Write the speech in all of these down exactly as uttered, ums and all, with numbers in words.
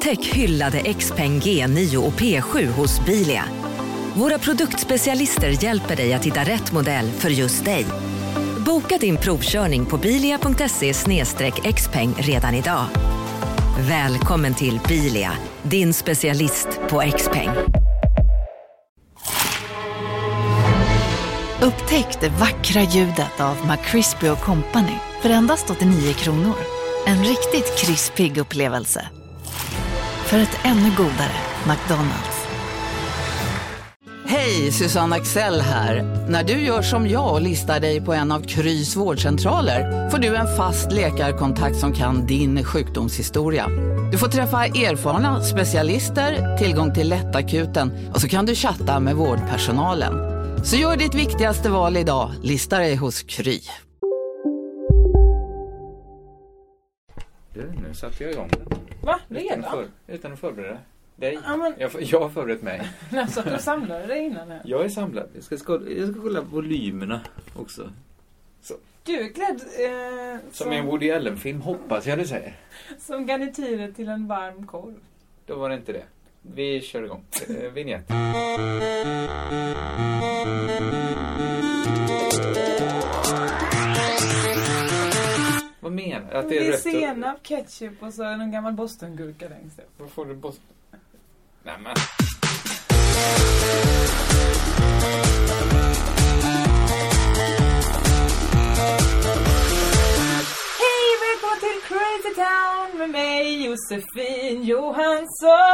Upptäck hyllade Xpeng G nio och P sju hos Bilia. Våra produktspecialister hjälper dig att hitta rätt modell för just dig. Boka din provkörning på bilia punkt se slash xpeng redan idag. Välkommen till Bilia, din specialist på Xpeng. Upptäck det vackra ljudet av McCrispy och Company för endast åttionio kronor. En riktigt krispig upplevelse. För ett ännu godare McDonald's. Hej, Susanne Axel här. När du gör som jag och listar dig på en av Krys vårdcentraler får du en fast läkarkontakt som kan din sjukdomshistoria. Du får träffa erfarna specialister, tillgång till lättakuten och så kan du chatta med vårdpersonalen. Så gör ditt viktigaste val idag, lista dig hos Kry. Du, nu satte jag igång den. Va? Redan? Utan, för, utan att förbereda dig. Ja, men... jag, jag har förberett mig. Alltså, du samlade dig innan här. Jag är samlad. Jag ska, jag ska kolla volymerna också. Så. Du är klädd... Eh, som, som en Woody Allen-film, hoppas jag det säger. Som garnityret till en varm korv. Då var det inte det. Vi kör igång. Eh, vignett. Vad menar du? Att det är, det är rött senap, och... ketchup och så en gammal Boston-gurka längst upp. Vad får du Boston? Nej men... Hej, välkommen till Crazy Town med mig, Josefin Johansson.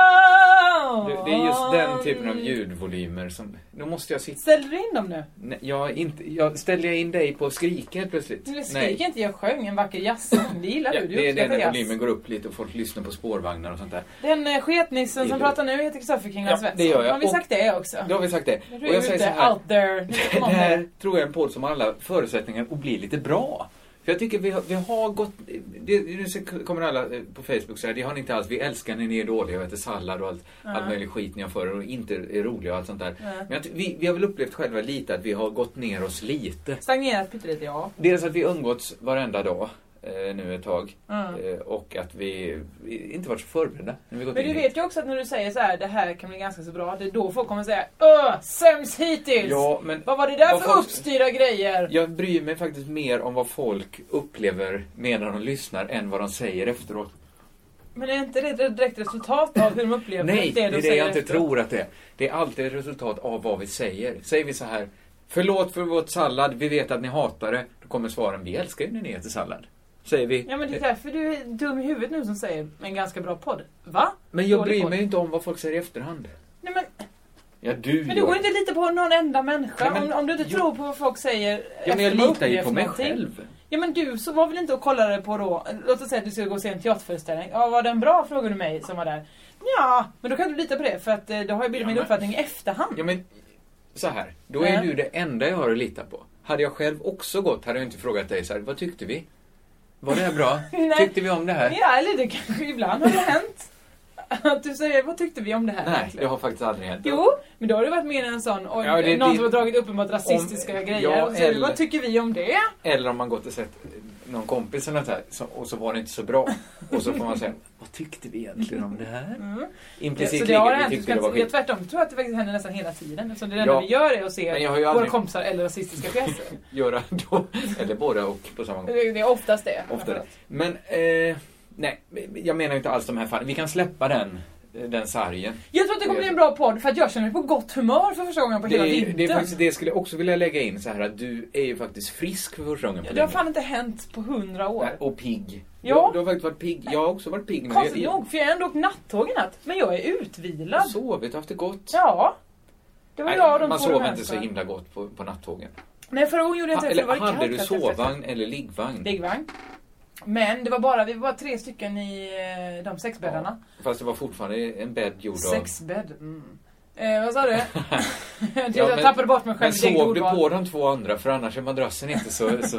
Det, det är just den typen av ljudvolymer som... Nu måste jag sitta... Ställer du in dem nu? Nej, jag inte... Jag ställer jag in dig på skriket plötsligt? Du skriker inte, jag sjöng en vacker jazzsång. Det gillar ja, du, du det är den när jazz. volymen går upp lite och folk lyssnar på spårvagnar och sånt där. Den uh, sketnissen som pratar nu heter Kristoffer Kringland ja, Svensson. det gör jag. Har vi sagt det också? Då har vi sagt det. Jag och jag säger så här, out there. det här tror jag är en podd som har alla förutsättningar att bli lite bra. För jag tycker vi har, vi har gått... Det, nu kommer alla på Facebook säga, det har ni inte alls. Vi älskar när ni är dåliga och äter sallad och allt, uh-huh. allt möjligt skit ni har för er och inte är roliga och allt sånt där. Uh-huh. Men jag, vi, vi har väl upplevt själva lite att vi har gått ner oss lite. Stagnerat pyttelite, ja. Dels att vi umgåtts varenda dag eh, nu ett tag. Uh-huh. Eh, och att vi, vi inte varit så förberedda. När vi gått Men du in vet hit. ju också att när du säger så här, det här kan bli ganska så bra. Det är då folk kommer säga, öh, sämst hittills. Ja, men vad var det där för folk... uppstyrda grejer? Jag bryr mig faktiskt mer om vad folk upplever medan de lyssnar än vad de säger efteråt. Men är inte det ett direkt resultat av hur de upplever Nej, det de det är det säger jag inte efteråt? tror att det är. Det är alltid ett resultat av vad vi säger. Säger vi så här, förlåt för vårt sallad, vi vet att ni hatar det. Då kommer svaren, vi älskar ju när ni äter sallad. Säger vi. Ja, men det är därför du är dum i huvudet nu som säger en ganska bra podd. Va? Men jag Dålig bryr podd. mig inte om vad folk säger i efterhand. Nej, men... Ja, du Men du gör. går inte lite på någon enda människa. Nej, men... om, om du inte jo. tror på vad folk säger. Ja, men jag efter litar ju upplevt på mig någonting. själv. Ja, men du så var väl inte och kollade på då. Låt oss säga att du skulle gå och se en teaterföreställning. Ja, var den bra, frågar du mig som var där. Ja, men då kan du lita på det. För att eh, då har jag bildat Ja, min men... uppfattning i efterhand. Ja, men så här. Då är Mm. du det enda jag har att lita på. Hade jag själv också gått, hade jag inte frågat dig så här, vad tyckte vi? Var det här bra? Tyckte vi om det här? Ja, eller det kanske ibland har det hänt. Att du säger, vad tyckte vi om det här? Nej, verkligen? det har faktiskt aldrig hänt. Jo, men då har det varit mer en sån och Ja, det- någon det- som har dragit uppenbart rasistiska om- grejer. ja, och så, eller- vad tycker vi om det? Eller om man gått och sett någon kompis eller något här, så, och så var det inte så bra. Och så får man säga, vad tyckte vi egentligen om det här? Mm. Implicit Så det har ligger, hänt. vi Du tyckte ska det var inte, jag skit. tvärtom tror att det faktiskt händer nästan hela tiden. Eftersom det enda Ja. vi gör är att Men se jag har ju våra aldrig- kompisar eller rasistiska pjäser. Göra då, eller båda och på samma gång. Det det är oftast det. Ofta det. Men, eh, nej, jag menar inte alls de här fallen. Vi kan släppa den, den sargen. Jag tror att det kommer bli en bra podd för att jag känner mig på gott humör för första gången på Det hela är, vintern. det är faktiskt det jag skulle också vilja lägga in så här att du är ju faktiskt frisk för första gången på Det har länge. fan inte hänt på hundra år. Nej, och pigg. Ja. Du, du har faktiskt varit pigg. Jag har också varit pigg. Men Konstigt jag, nog, för jag har ändå åkt nattåg i natt. Men jag är utvilad. jag sovit och haft det gott. Ja. Det var Nej, jag och de man två sover de inte så här. himla gott på, på nattågen. Nej, förra gången gjorde jag Ha, inte det. eller för det var hade du kallt efter festen. sovvagn eller liggvagn? Liggvagn. Men det var bara, vi var bara tre stycken i eh, de sex bäddarna. Ja, fast det var fortfarande en bädd gjord av... Sex bädd. Mm. Eh, vad sa du? jag Ja, jag men, tappade bort mig själv. Men sov du på de två andra? För annars är madrassen inte så... så,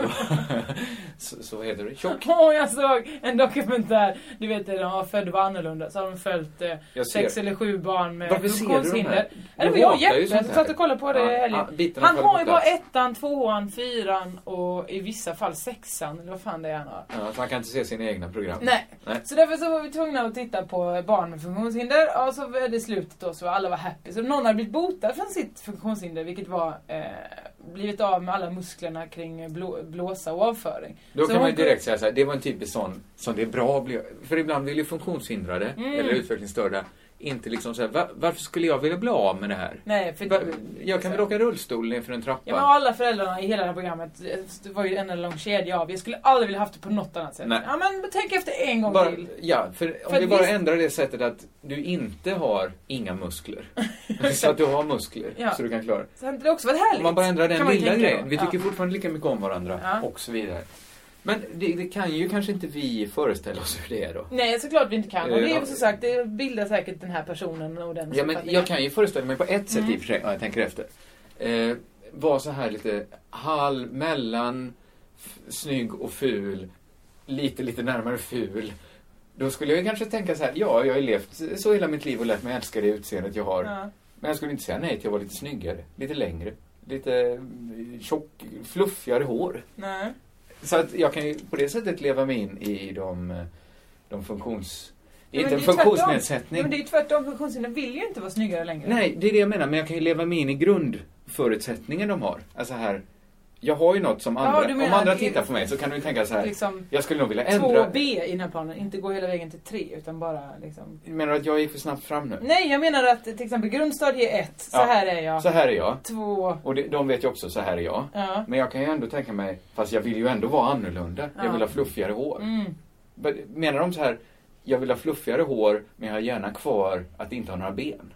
så, så vad heter det? Tjock. Åh, jag såg en dokumentär. Du vet, de har född var annorlunda. Så har de följt eh, sex eller sju barn med funktionshinder. Eller vi har Jeppe. Jag satt och kollade på det ja, helgen. Ja, han har ju bara ettan, tvåan, fyran och i vissa fall sexan. Eller vad fan det är han har. Ja, så man kan inte se sina egna program. Nej. Nej. Så därför så var vi tvungna att titta på barn med funktionshinder. Och så var det slutet då så alla var happy. Så någon hade blivit botad från sitt funktionshinder. Vilket var eh, blivit av med alla musklerna kring blå, blåsa och avföring. Då så kan man ju direkt säga så här, det var en typisk sån som det är bra att bli. För ibland vill ju funktionshindrade mm. eller utvecklingsstörda inte liksom säga, var, varför skulle jag vilja bli av med det här? Nej, för var, jag kan väl åka rullstol ner för en trappa. Ja, men alla föräldrarna i hela det här programmet, det var ju en eller lång kedja av. Jag skulle aldrig vilja haft det på något annat sätt. Nej. Ja, men tänk efter en gång bara, till. Ja, för, för om vi bara visst... ändrar det sättet att du inte har inga muskler. Så att du har muskler, ja. Så du kan klara det. Så hade det också varit härligt. Om man bara ändrar den lilla grejen. Vi tycker ja. fortfarande lika mycket om varandra ja. Och så vidare. Men det, det kan ju kanske inte vi föreställa oss hur det är då. Nej, såklart vi inte kan. Och det är ju så sagt, det bildar säkert den här personen och den. Ja, men jag kan ju föreställa mig på ett sätt mm. i och för sig, ja, jag tänker efter. Eh, var så här lite halv, mellan f- snygg och ful. Lite, lite närmare ful. Då skulle jag kanske tänka så här, ja, jag har levt så hela mitt liv och lärt mig älska det utseendet jag har. Ja. Men jag skulle inte säga nej till att vara lite snyggare, lite längre. Lite tjock, fluffigare hår. Nej. Så att jag kan ju på det sättet leva mig in i de, de funktions... Ja, inte en funktionsnedsättning. Ja, men det är ju tvärtom. Funktionshinder vill ju inte vara snyggare längre. Nej, det är det jag menar. Men jag kan ju leva mig in i grundförutsättningen de har. Alltså här... Jag har ju något som andra... Ja, om andra tittar på mig så kan du ju tänka så här... Liksom, jag skulle nog vilja ändra... två B i den här planen. Inte gå hela vägen till tre utan bara liksom... Menar du att jag gick för snabbt fram nu? Nej, jag menar att till exempel grundstadie ett. Så ja, här är jag. Så här är jag. Två. Och det, de vet ju också så här är jag. Ja. Men jag kan ju ändå tänka mig... Fast jag vill ju ändå vara annorlunda. Ja. Jag vill ha fluffigare hår. Mm. Menar de så här... Jag vill ha fluffigare hår men jag har gärna kvar att inte ha några ben.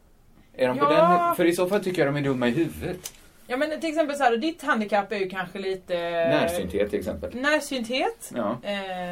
Är de ja. på den? För i så fall tycker jag de är dumma i huvudet. Ja, men till exempel så här, ditt handikapp är ju kanske lite... Närsynthet till exempel. Närsynthet. Ja. Eh,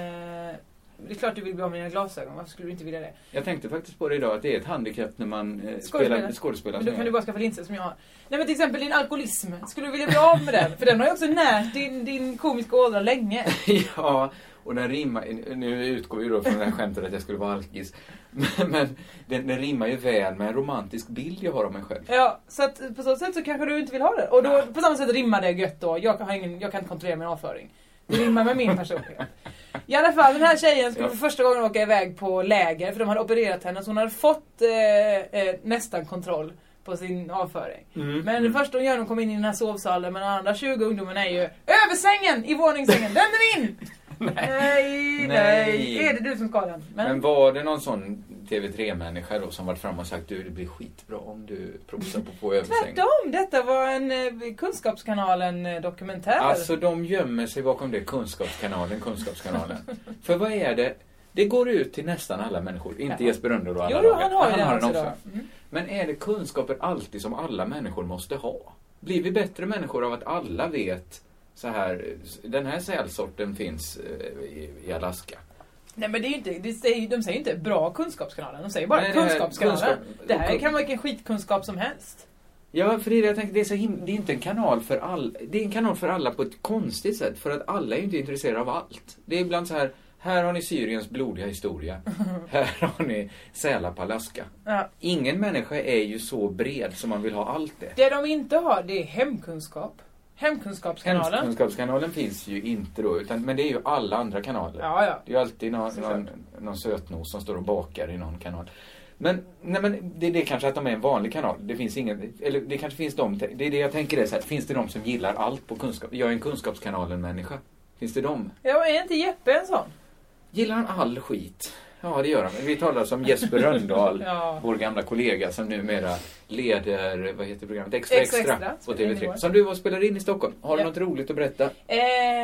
det är klart du vill bli av med dina glasögon. Varför skulle du inte vilja det? Jag tänkte faktiskt på det idag att det är ett handikapp när man eh, spelar skådespelare. Men då kan du bara skaffa linser som jag har. Nej, men till exempel din alkoholism. Skulle du vilja bli av med den? För den har ju också närt din, din komiska ådra länge. Ja, och den rimmar... Nu utgår vi då från det här skämtet att jag skulle vara alkis. Men, men den, den rimmar ju väl med en romantisk bild jag har av mig själv. Ja, så att på så sätt så kanske du inte vill ha det. Och då ja. På samma sätt rimmar det gött då. Jag kan, ha ingen, jag kan inte kontrollera min avföring. Det rimmar med min personlighet. I alla fall, den här tjejen skulle ja. för första gången åka iväg på läger. För de hade opererat henne så hon hade fått eh, eh, nästan kontroll på sin avföring. Mm. Men det första hon gör när hon kom in i den här sovsalen med de andra tjugo ungdomarna är ju över sängen, i våningssängen, den är in! Nej, nej, nej. Är det du som ska den? Men, Men var det någon sån T V tre-människa då som varit fram och sagt du, det blir skitbra om du provar på få översängen? Tvärtom, detta var en eh, Kunskapskanalen eh, dokumentär. Alltså de gömmer sig bakom det, Kunskapskanalen, Kunskapskanalen. För vad är det? Det går ut till nästan alla människor, inte ja. Jesper Rönndahl och alla. Jo, han har, han har den också. Mm. Men är det kunskaper alltid som alla människor måste ha? Blir vi bättre människor av att alla vet så här, den här sälsorten finns i, i Alaska? Nej, men det är ju inte, det säger, de säger ju inte bra kunskapskanalen, de säger bara Nej, kunskapskanalen. Kunskap, det här kan vara vilken skitkunskap som helst. Ja, för det, jag tänker, det, är så him- det är inte en kanal för alla. Det är en kanal för alla på ett konstigt sätt, för att alla är ju inte intresserade av allt. Det är ibland så här, här har ni Syriens blodiga historia. Här har ni sälar på Alaska. Ja. Ingen människa är ju så bred som man vill ha allt det. Det de inte har, det är hemkunskap. Hemkunskapskanalen. Hemkunskapskanalen finns ju inte då, utan, men det är ju alla andra kanaler. Ja, ja. Det är ju alltid någon, någon, någon sötnos som står och bakar i någon kanal. Men, nej, men det är det kanske att de är en vanlig kanal. Det finns ingen, eller det kanske finns de, det är det jag tänker är så här, finns det de som gillar allt på kunskap? Jag är en kunskapskanalen-människa. Finns det de? Ja, är inte Jeppe en sån? Gillar han all skit? Ja, det gör han. Vi talar som Jesper Rönndahl, ja. Vår gamla kollega som numera leder, vad heter programmet? Extra Extra, Extra på T V tre. Som du var spelar in i Stockholm. Har ja. du något roligt att berätta? Eh,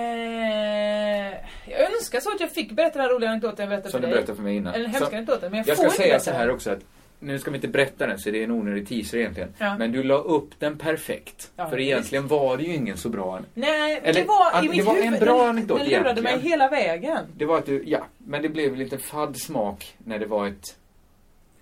jag önskar så att jag fick berätta den här roliga anekdoten jag berättade som för dig. Som du berättade för mig innan. Eller en hemsk anekdoten, men jag, jag får ska inte säga så här också att nu ska vi inte berätta den så det är en onödig teaser egentligen. Ja. Men du la upp den perfekt. Ja, för egentligen visst. Var det ju ingen så bra. Nej, Eller, det var an, i mitt det var huvud. en bra anekdot den lurade egentligen. Mig hela vägen. Det var att du, ja, men det blev lite fadd smak när det var ett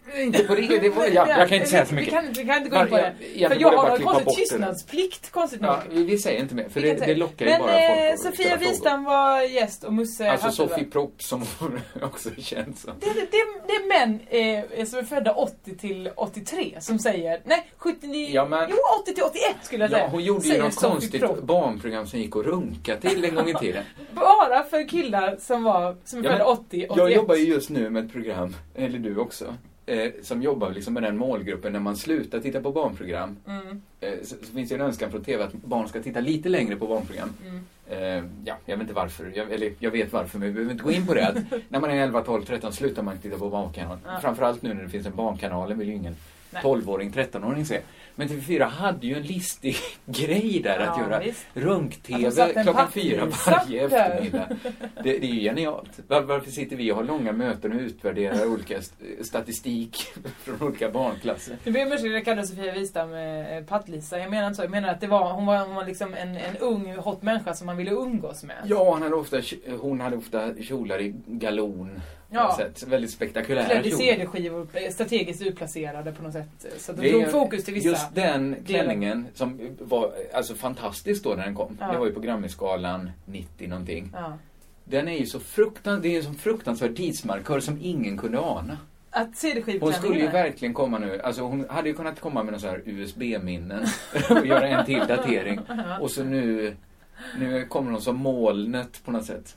Inte på det, det var, jag, jag kan inte säga så mycket. Vi kan, vi kan inte gå in på det. Jag, för jag har någon konstigt tystnadsplikt, konstigt nog. Ja, vi, vi säger inte mer, för det, det lockar ju men, bara eh, folk. Sofia Wistam var gäst och Musse Alltså Hasselberg. Sofie Propp som också känns som. Det, det, det, det är män eh, som är födda åttio till åttiotre som säger, nej, sjuttionio, ja, men, jo åttio till åttioett skulle jag säga. Ja, hon gjorde ju något konstigt Propp. barnprogram som gick och runka till en gång i tiden. Bara för killar som var som är ja, födda åttio, åttioett. Jag jobbar ju just nu med ett program, eller du också. Eh, som jobbar liksom med den målgruppen när man slutar titta på barnprogram. Mm. Eh, så, så finns det en önskan från tv att barn ska titta lite längre på barnprogram. Mm. Eh, ja, jag vet inte varför. Jag, eller jag vet varför, men vi behöver inte gå in på det. Att när man är elva, tolv, tretton slutar man titta på barnkanal. Ja. Framförallt nu när det finns en barnkanal vill ju ingen Nej. tolvåring, trettonåring se. Men T V fyra hade ju en listig grej där ja, att göra visst. runk-tv klockan fyra varje eftermiddag. Det, det är ju genialt. Var, varför sitter vi och har långa möten och utvärderar olika st- statistik från olika barnklasser? Det blir möjligt att jag kallar Sofia Wistam med Pattlisa. Jag menar inte så. Jag menar att det var, hon var, hon var liksom en, en ung, hot människa som man ville umgås med. Ja, hon hade ofta, hon hade ofta kjolar i galon. Ja. Sätt. Väldigt spektakulära klädd i C D-skivor, strategiskt utplacerade på något sätt. Så det drog fokus till vissa. Just den klänningen som var alltså fantastisk då när den kom. Ja. Det var ju på Grammy-skalan nittio någonting. Ja. Den är ju så fruktansvärd, det är en sån fruktansvärd tidsmarkör som ingen kunde ana. Att C D-skivklänningen. Hon skulle ju verkligen komma nu. Alltså hon hade ju kunnat komma med någon så här U S B-minnen och göra en till datering. Och så nu nu kommer hon som molnet på något sätt.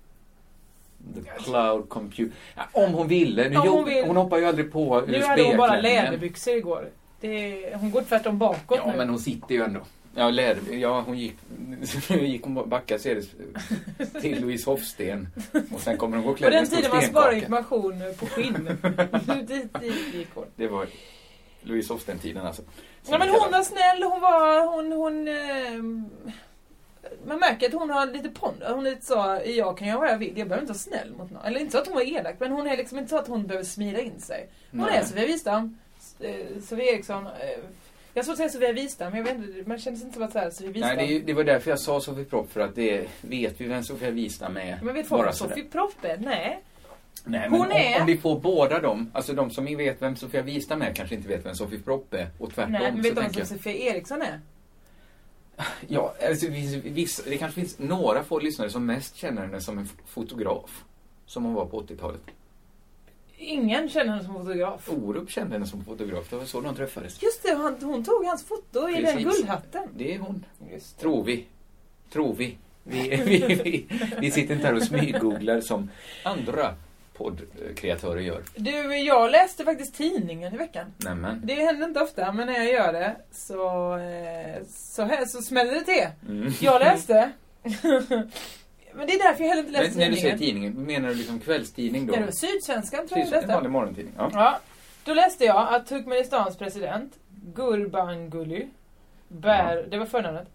The cloud computer. Ja, om hon ville. Nu om hon, jo, vill. hon hoppar ju aldrig på U S B-klänningen. Nu hade hon bara läderbyxor igår. Det, hon går tvärtom bakåt ja, nu. men hon sitter ju ändå. Ja, läder, ja hon gick nu gick hon backa sig till Louise Hofsten. Och sen kommer hon gå klädd. På den tiden man sparar information på skinn. dit, dit gick hon. Det var Louise Hofsten-tiden alltså. Ja, men hon var snäll. Hon var... Hon... hon eh, man märker att hon har lite ponder. Hon är lite så, jag kan göra vad jag vill. Jag behöver inte vara snäll mot någon. Eller inte så att hon var elak, men hon är liksom inte så att hon behöver smida in sig. Hon Nej. är Sofia Wistam, eh, Sofia Eriksson. Eh, jag skulle säga Sofia Wistam, men jag vet inte, man känns inte som att säga Sofia Wistam. Nej, det, det var därför jag sa Sofie Propp, för att det vet vi vem Sofia Wistam är. Men vet folk Sofie Propp är? Nej. Nej, men hon om, är... om vi får båda dem, alltså de som vet vem Sofia Wistam är kanske inte vet vem Sofie Propp är, och tvärtom. Nej, men vet de vem som Sofia Eriksson är? Ja, alltså, viss, det kanske finns några få lyssnare som mest känner henne som en fotograf. Som hon var på åttiotalet. Ingen känner henne som fotograf. Orup kände henne som fotograf, det var så de träffades. Just det, hon, hon tog hans foto i Precis. Den guldhatten. Det är hon, tror vi. Tror vi. Vi, vi, vi, vi sitter inte här och smyggooglar som andra poddkreatörer gör. Du, jag läste faktiskt tidningen i veckan. Nämen. Det händer inte ofta, men när jag gör det så, så, här, så smäller det till. Mm. Jag läste. Men det är därför jag heller inte läste tidningen. När du säger tidningen, menar du liksom kvällstidning då? Ja, det var Sydsvenskan tror jag det. En vanlig morgontidning, ja. Ja. Då läste jag att Turkmenistans president Gurbanguly bär, ja. det var förnamnet,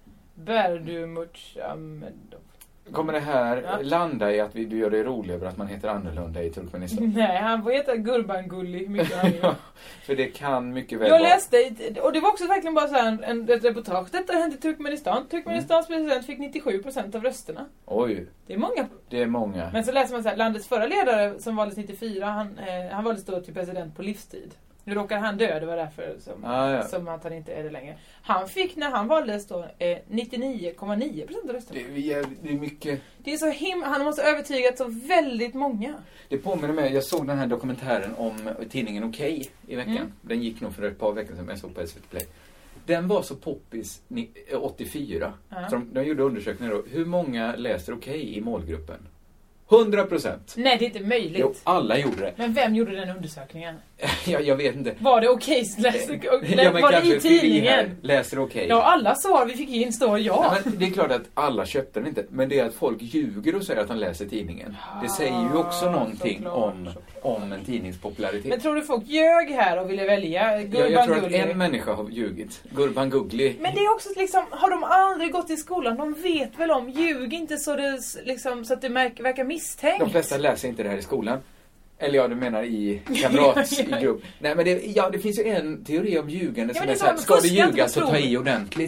Berdimuhamedov. Kommer det här ja. landa i att vi, du gör det roligt över att man heter annorlunda i Turkmenistan? Nej, han får heta Gurbanguly mycket ja, för det kan mycket väl Jag läste, och det var också verkligen bara så här en, en, ett reportage. Detta hände i Turkmenistan. Turkmenistans mm. president fick nittiosju procent av rösterna. Oj. Det är många. Det är många. Men så läser man så här, landets förra ledare som valdes nittiofyra, han, eh, han valdes då till president på livstid. Nu råkar han dö, det var därför som, ah, ja. som att han inte är det längre. Han fick när han valdes då eh, nittionio komma nio procent av rösterna. Det är, det är mycket... Det är så him- han måste övertygat så väldigt många. Det påminner mig, jag såg den här dokumentären om tidningen Okej i veckan. Mm. Den gick nog för ett par veckor sedan, jag såg på S V T Play. Den var så poppis åttiofyra. Uh-huh. Så de, de gjorde undersökningar då. Hur många läser Okej i målgruppen? hundra procent. Nej, det är inte möjligt. Jo, alla gjorde det. Men vem gjorde den undersökningen? jag, jag vet inte. Var det okej? Läser, ja, var det i tidningen? Läser okej. Ja, alla svar vi fick in står ja. Nej, men det är klart att alla köpte den inte. Men det är att folk ljuger och säger att de läser tidningen. Det säger ju också någonting om, om en tidnings popularitet. Men tror du folk ljög här och ville välja Gurban ja, jag tror att en människa har ljugit. Gurbanguly. Men det är också liksom, har de aldrig gått i skolan? De vet väl om, ljug inte så, det, liksom, så att det märker, verkar misstänkt. De flesta läser inte det här i skolan. Eller ja, du menar i kamrat i grupp. Nej, men det, ja, det finns ju en teori om ljugande ja, som är så här, ska du ljuga så ta i ordentligt.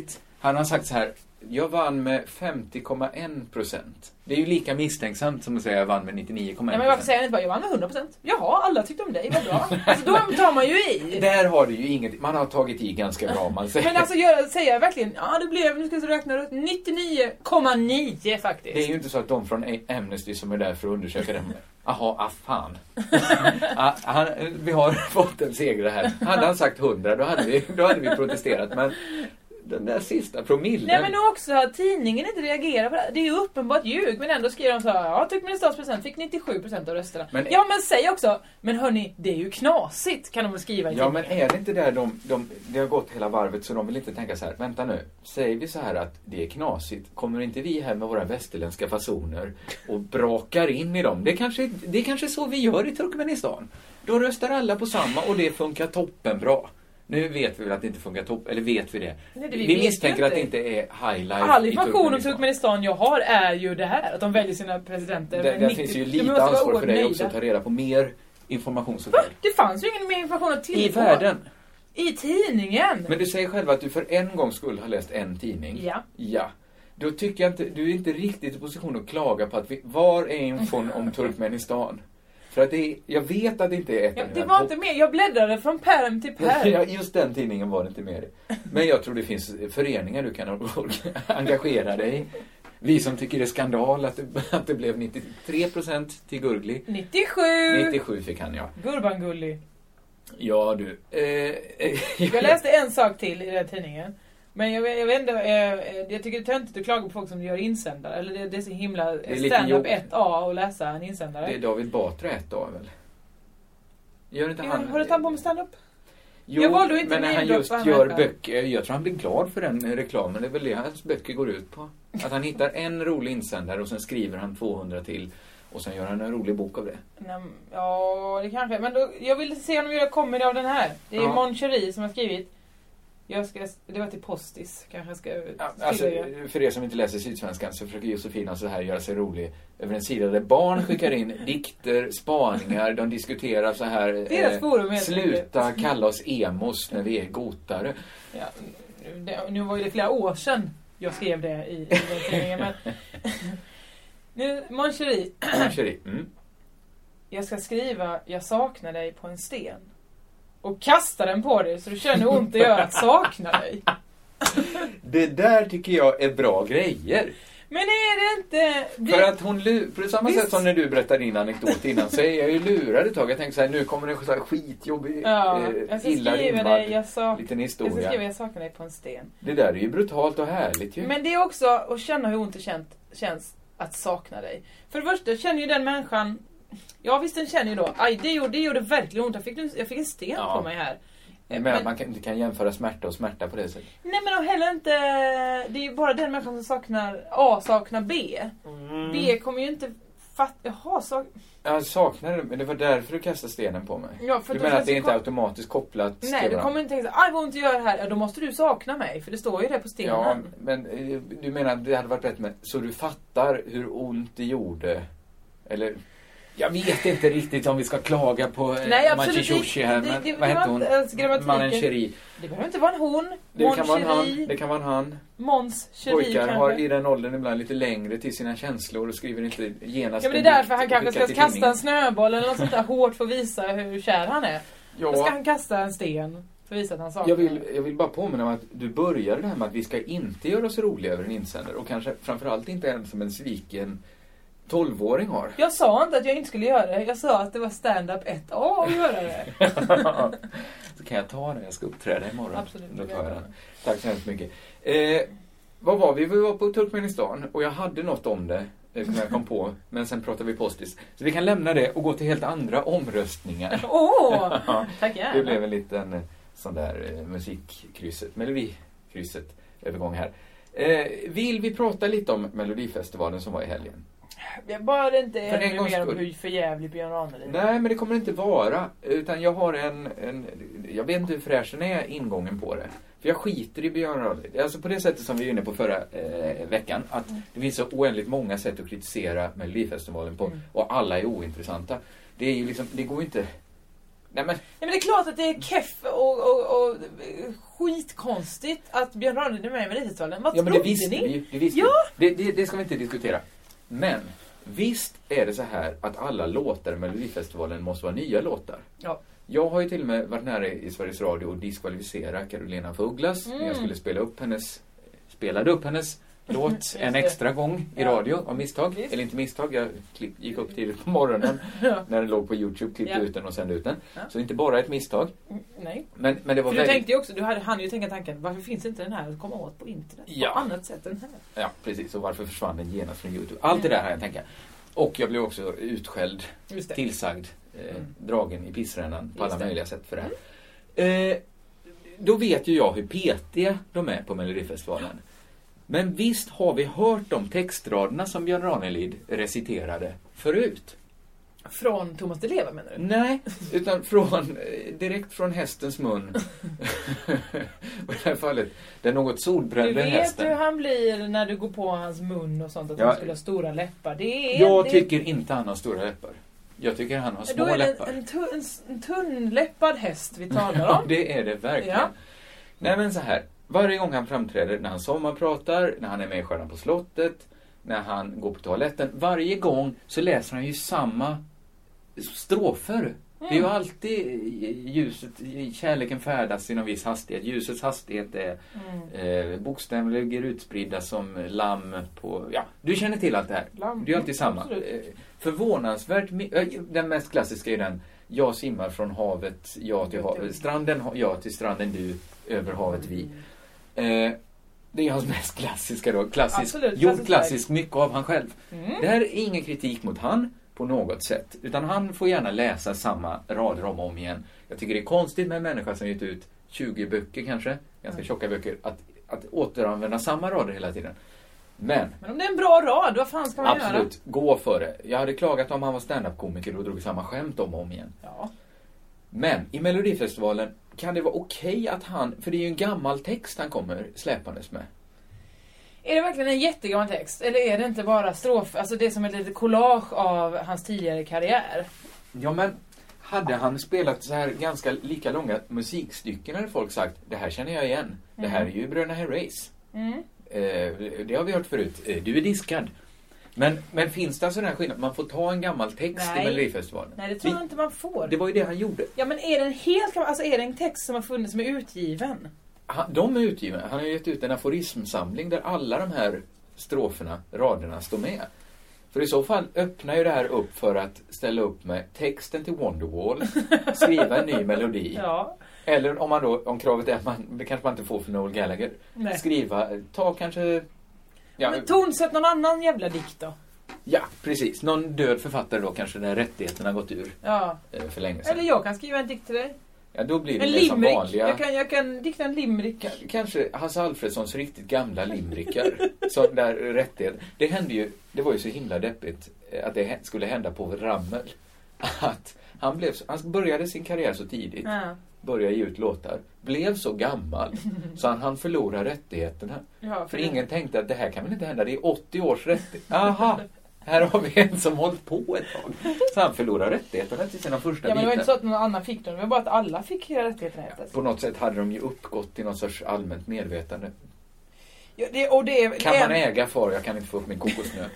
Han har sagt så här: jag vann med femtio komma en procent. Det är ju lika misstänksamt som att säga jag vann med nittionio komma en procent. Nej, men varför säger han inte bara jag vann med hundra procent? Jaha, alla tyckte om dig, vad bra. Alltså då tar man ju i. Där har du ju inget, man har tagit i ganska bra, man säger. Men alltså jag säger verkligen, ja det blev, nu ska jag räkna ut, nittionio komma nio faktiskt. Det är ju inte så att de från Amnesty som är där för att undersöka dem. Jaha, ah fan. ah, han, vi har fått en seger här. Hade han sagt hundra, då hade vi, då hade vi protesterat. Men den där sista promillen. Nej, men också att tidningen inte reagerar på det. Det är ju uppenbart ljug, men ändå skriver de så här: ja, Turkmenistans fick nittiosju procent av rösterna. Men, ja, men säg också, men hörni, det är ju knasigt, kan de väl skriva i ja, tidningen. men är det inte där de, de, det har gått hela varvet, så de vill inte tänka så här: vänta nu, säger vi så här att det är knasigt, kommer inte vi här med våra västerländska fasoner och brakar in i dem? Det är kanske, det är kanske så vi gör i Turkmenistan. Då röstar alla på samma och det funkar toppen bra. Nu vet vi väl att det inte funkar topp, eller vet vi det? Nej, det vi vi vet misstänker att det inte är highlight. All information om Turkmenistan jag har är ju det här, att de väljer sina presidenter. Det, det finns ju lite ansvar för dig också att ta reda på mer information. Va? Det fanns ju ingen mer information att tillgå. I världen. I tidningen. Men du säger själv att du för en gång skulle ha läst en tidning. Ja. Ja. Då tycker jag inte, du är inte riktigt i position att klaga på att vi, var är infon om Turkmenistan? För att det är, jag vet att det inte är ett ja, det var top- inte med. Jag bläddrade från pärm till pärm. Ja, just den tidningen var det inte med. Men jag tror det finns föreningar du kan engagera dig i. Vi som tycker det är skandal att det, att det blev nittiotre procent till Gurgli. nittiosju! nittiosju fick han, ja. Gurbangulli. Ja, du. Eh, jag läste en sak till i den tidningen. Men jag, jag vet inte, jag, jag tycker det är töntigt att klaga på folk som gör insändare. Eller det, det är så himla stand-up ett A att läsa en insändare. Det är David Batra ett A väl? Gör inte han... Har du tagit på med stand-up? Jo, jag valde inte men när han just gör böcker, jag tror han blir glad för den reklamen. Det är väl det hans böcker går ut på. Att han hittar en rolig insändare och sen skriver han tvåhundra till. Och sen gör han en rolig bok av det. Nej, ja, det kanske. Men då, jag vill se om jag kommer av den här. Det är ja. Mon Cherie som har skrivit. Jag ska, det var till Postis. Kanske ska ja, alltså, för er som inte läser Sydsvenskan så försöker Josefina så här göra sig rolig över en sida där barn skickar in dikter, spaningar, de diskuterar så här eh, forum, sluta kalla oss emos när vi är gotare. Ja, det, nu var ju det flera år sedan jag skrev det i, i den tidningen, men nu, Mon Cherie. Mon Cherie. Mm. Jag ska skriva jag saknar dig på en sten. Och kasta den på dig så du känner ont att göra att sakna dig. Det där tycker jag är bra grejer. Men är det inte... Det... För att hon, på samma Visst. sätt som när du berättade din anekdot innan, så är jag ju lurad ett tag. Jag tänkte så här, nu kommer det en sån här skitjobbig, ja, eh, illa rimmad jag sak... liten historia. Jag ska skriva jag saknar dig på en sten. Det där är ju brutalt och härligt ju. Men det är också att känna hur ont det känt, känns att sakna dig. För det första känner ju den människan... Ja visst, den känner ju då. Aj, det gjorde, det gjorde verkligen ont. Jag fick, jag fick en sten ja. på mig här. Men, men man kan inte kan jämföra smärta och smärta på det sättet. Nej, men och heller inte... Det är ju bara den människan som saknar A saknar B. Mm. B kommer ju inte fatta... Jaha, sak... Jag saknar det, men det var därför du kastade stenen på mig. Ja, för du menar att det inte är kom... automatiskt kopplat? Nej, du kommer inte tänka så aj vad ont gör här. Ja, då måste du sakna mig, för det står ju det på stenen. Ja, men du menar att det hade varit bättre med... Så du fattar hur ont det gjorde? Eller... Jag vet inte riktigt om vi ska klaga på Machichushi här, men det, det, vad heter hon? Mon Cherie. Det behöver inte vara en hon. Det Mon kan vara en han. Det kan vara en han. Mons Cherie. Pojkar kanske. Har i den åldern ibland lite längre till sina känslor och skriver inte genast. Ja, men det är därför han kanske ska kasta tidningen. En snöboll eller något sånt där hårt för att visa hur kär han är. Ja. Då ska han kasta en sten för att visa att han saknar. Jag vill, jag vill bara påminna om att du började det här med att vi ska inte göra oss roliga över en insändare och kanske framförallt inte ens som en sviken tolvåring har. Jag sa inte att jag inte skulle göra det. Jag sa att det var stand-up ett A att göra det. Så kan jag ta det. Jag ska uppträda imorgon. Absolut. Då tar jag den. Tack så hemskt mycket. Eh, vad var vi? Vi var på Turkmenistan och jag hade något om det som jag kom på. Men sen pratade vi Postis. Så vi kan lämna det och gå till helt andra omröstningar. Åh! Oh, tack gärna. Det blev en liten sån där eh, musikkrysset, melodikrysset övergång här. Eh, vill vi prata lite om Melodifestivalen som var i helgen? Jag bara inte är ännu mer om hur förjävlig Björn Ranelid. Nej, men det kommer inte vara. Utan jag har en, en... Jag vet inte hur fräsch den är ingången på det. För jag skiter i Björn Ranelid. Alltså på det sättet som vi var inne på förra eh, veckan. Att mm. det finns så oändligt många sätt att kritisera Melodifestivalen på. Mm. Och alla är ointressanta. Det är ju liksom... Det går inte... Nej, men... Nej, men det är klart att det är keff och, och, och skitkonstigt att Björn Ranelid är med i Melodifestivalen. Vad ja, men trodde det visste ni? vi, det visste ja. vi. Det, det, det ska vi inte diskutera. Men visst är det så här att alla låtar i Melodifestivalen måste vara nya låtar. Ja. Jag har ju till och med varit nära i Sveriges Radio och diskvalificera Carolina af Ugglas mm. när jag skulle spela upp hennes, spelade upp hennes låt en extra gång i radio av misstag. Visst. Eller inte misstag, jag klipp, gick upp tidigt på morgonen ja. när den låg på YouTube, klippte ja. ut den och sände ut den. Ja. Så inte bara ett misstag. Mm, nej. Men, men det var För väldigt... du tänkte ju också, du hade, hann ju tänka tanken, varför finns inte den här att komma åt på internet? Ja. På annat sätt än här. Ja, precis. Och varför försvann den genast från YouTube? Allt det där har jag tänkt. Och jag blev också utskälld, tillsagd, eh, mm. dragen i pissrännan på alla möjliga sätt för det här. Mm. Eh, då vet ju jag hur petiga de är på Melodifestivalen. Men visst har vi hört de textraderna som Björn Ranelid reciterade förut. Från Thomas Di Leva menar du? Nej, utan från, direkt från hästens mun. Och i det här fallet, den något solbrände hästen. Du vet hur han blir när du går på hans mun och sånt, att ja. han skulle ha stora läppar. Det är, jag det... tycker inte han har stora läppar. Jag tycker han har små läppar. Då är det läppar. en, en, tunn, en, en tunnläppad häst vi talar om. Ja, det är det verkligen. Ja. Nej, men så här. Varje gång han framträder, när han sommarpratar, när han är med i Stjärnan på slottet, när han går på toaletten, varje gång så läser han ju samma strofer. Mm. Det är ju alltid ljuset, kärleken färdas i någon viss hastighet. Ljusets hastighet är mm. eh, bokstäver utspridda som lamm på... Ja, du känner till allt det här. Lamm. Det är ju alltid samma. Eh, förvånansvärt... Eh, den mest klassiska är den: jag simmar från havet, jag till havet. Stranden, jag till stranden, du, över havet vi. Eh, det är hans mest klassiska då. Klassisk, Absolut, gjort klassisk mycket av han själv. Mm. Det här är ingen kritik mot han på något sätt. Utan han får gärna läsa samma rader om och om igen. Jag tycker det är konstigt med en människa som gett ut tjugo böcker kanske, ganska tjocka böcker, att, att återanvända samma rader hela tiden. Men, Men om det är en bra rad, vad fan ska man absolut, göra? Absolut, gå för det. Jag hade klagat om han var stand-up-komiker och drog samma skämt om och om igen. Ja. Men i Melodifestivalen kan det vara okej att han, för det är ju en gammal text han kommer släpandes med. Är det verkligen en jättegammal text? Eller är det inte bara strof, alltså det som är lite collage av hans tidigare karriär? Ja, men hade han spelat så här ganska lika långa musikstycken hade folk sagt, det här känner jag igen. Mm. Det här är ju Bröderna Herreys. Mm. Eh, det har vi hört förut. Eh, du är diskad. Men, men finns det alltså den här skillnaden? Man får ta en gammal text Nej. i Melodifestivalen. Nej, det tror jag inte man får. Det var ju det han gjorde. Ja, men är det en helt alltså är det en text som har funnits som är utgiven? Han, de är utgivna. Han har gett ut en aforismsamling där alla de här stroferna, raderna står med. För i så fall öppnar ju det här upp för att ställa upp med texten till Wonderwall, skriva en ny melodi. Ja. Eller om man då, om kravet är att man, det kanske man inte får för Noel Gallagher, Nej. skriva, ta kanske... Ja, men tonsätt någon annan jävla dikt då. Ja, precis. Någon död författare då kanske där rättigheterna har gått ur ja. för länge sedan. Eller jag kan skriva en dikt till dig. Ja, då blir det en mer som vanliga... Jag kan, jag kan dikta en limerick. K- kanske Hasse Alfredsons riktigt gamla limerickar. Sån där rättighet. Det hände ju, det var ju så himla deppigt att det skulle hända på Ramel. Att han blev så, han började sin karriär så tidigt. Ja. Började ge ut låtar. Blev så gammal så han, han förlorade rättigheterna. Ja, för för ingen tänkte att det här kan väl inte hända. Det är åttio års rättigheter. Aha, här har vi en som hållit på ett tag. Så han förlorade rättigheterna till sina första bitar. Ja, men det var inte så att någon annan fick dem. Det var bara att alla fick rättigheterna. Ja, på något sätt hade de ju uppgått till någon sorts allmänt medvetande. Ja, det, och det, kan det, man äga för? Jag kan inte få upp min kokosnöt.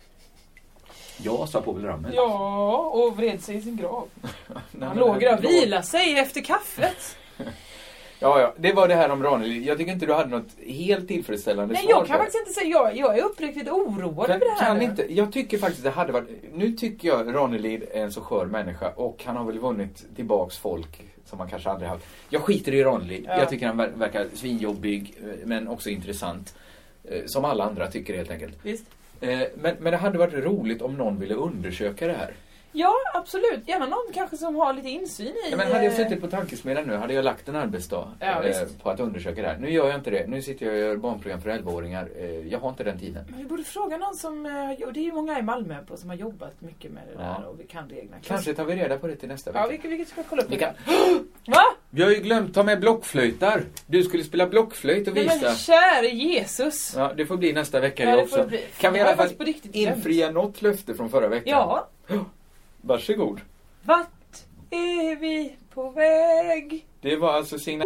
Ja, sa Povel Ramel. Ja, och vred sig i sin grav. Han låg där och vila sig efter kaffet. Ja, ja, det var det här om Ranelid. Jag tycker inte du hade något helt tillfredsställande Nej, svar. jag kan faktiskt inte säga. Jag, jag är uppriktigt oroad över det här. Kan inte, jag tycker faktiskt det hade varit... Nu tycker jag Ranelid är en så skör människa. Och han har väl vunnit tillbaks folk som man kanske aldrig haft. Jag skiter i Ranelid. Ja. Jag tycker han ver- verkar svinjobbig, men också intressant. Som alla andra tycker helt enkelt. Visst. Men, men det hade varit roligt om någon ville undersöka det här. Ja, absolut. Gärna någon kanske som har lite insyn i... Ja, men hade jag suttit på tankesmedjan nu hade jag lagt en arbetsdag ja, eh, på att undersöka det här. Nu gör jag inte det. Nu sitter jag och gör barnprogram för elvaåringar. Eh, jag har inte den tiden. Men vi borde fråga någon som... Eh, och det är ju många i Malmö på, som har jobbat mycket med det ja. där och vi kan reglerna. Kanske tar vi reda på det till nästa vecka. Ja, vilket, vilket ska kolla upp. Vi kan... Va? Vi har ju glömt ta med blockflöjtar. Du skulle spela blockflöjt och visa. Nej, men käre Jesus. Ja, det får bli nästa vecka ja, det också. Bli. Kan vi i alla fall infria något löfte från förra veckan? Ja. Varsågod. Vart är är vi på väg. Det var alltså signal...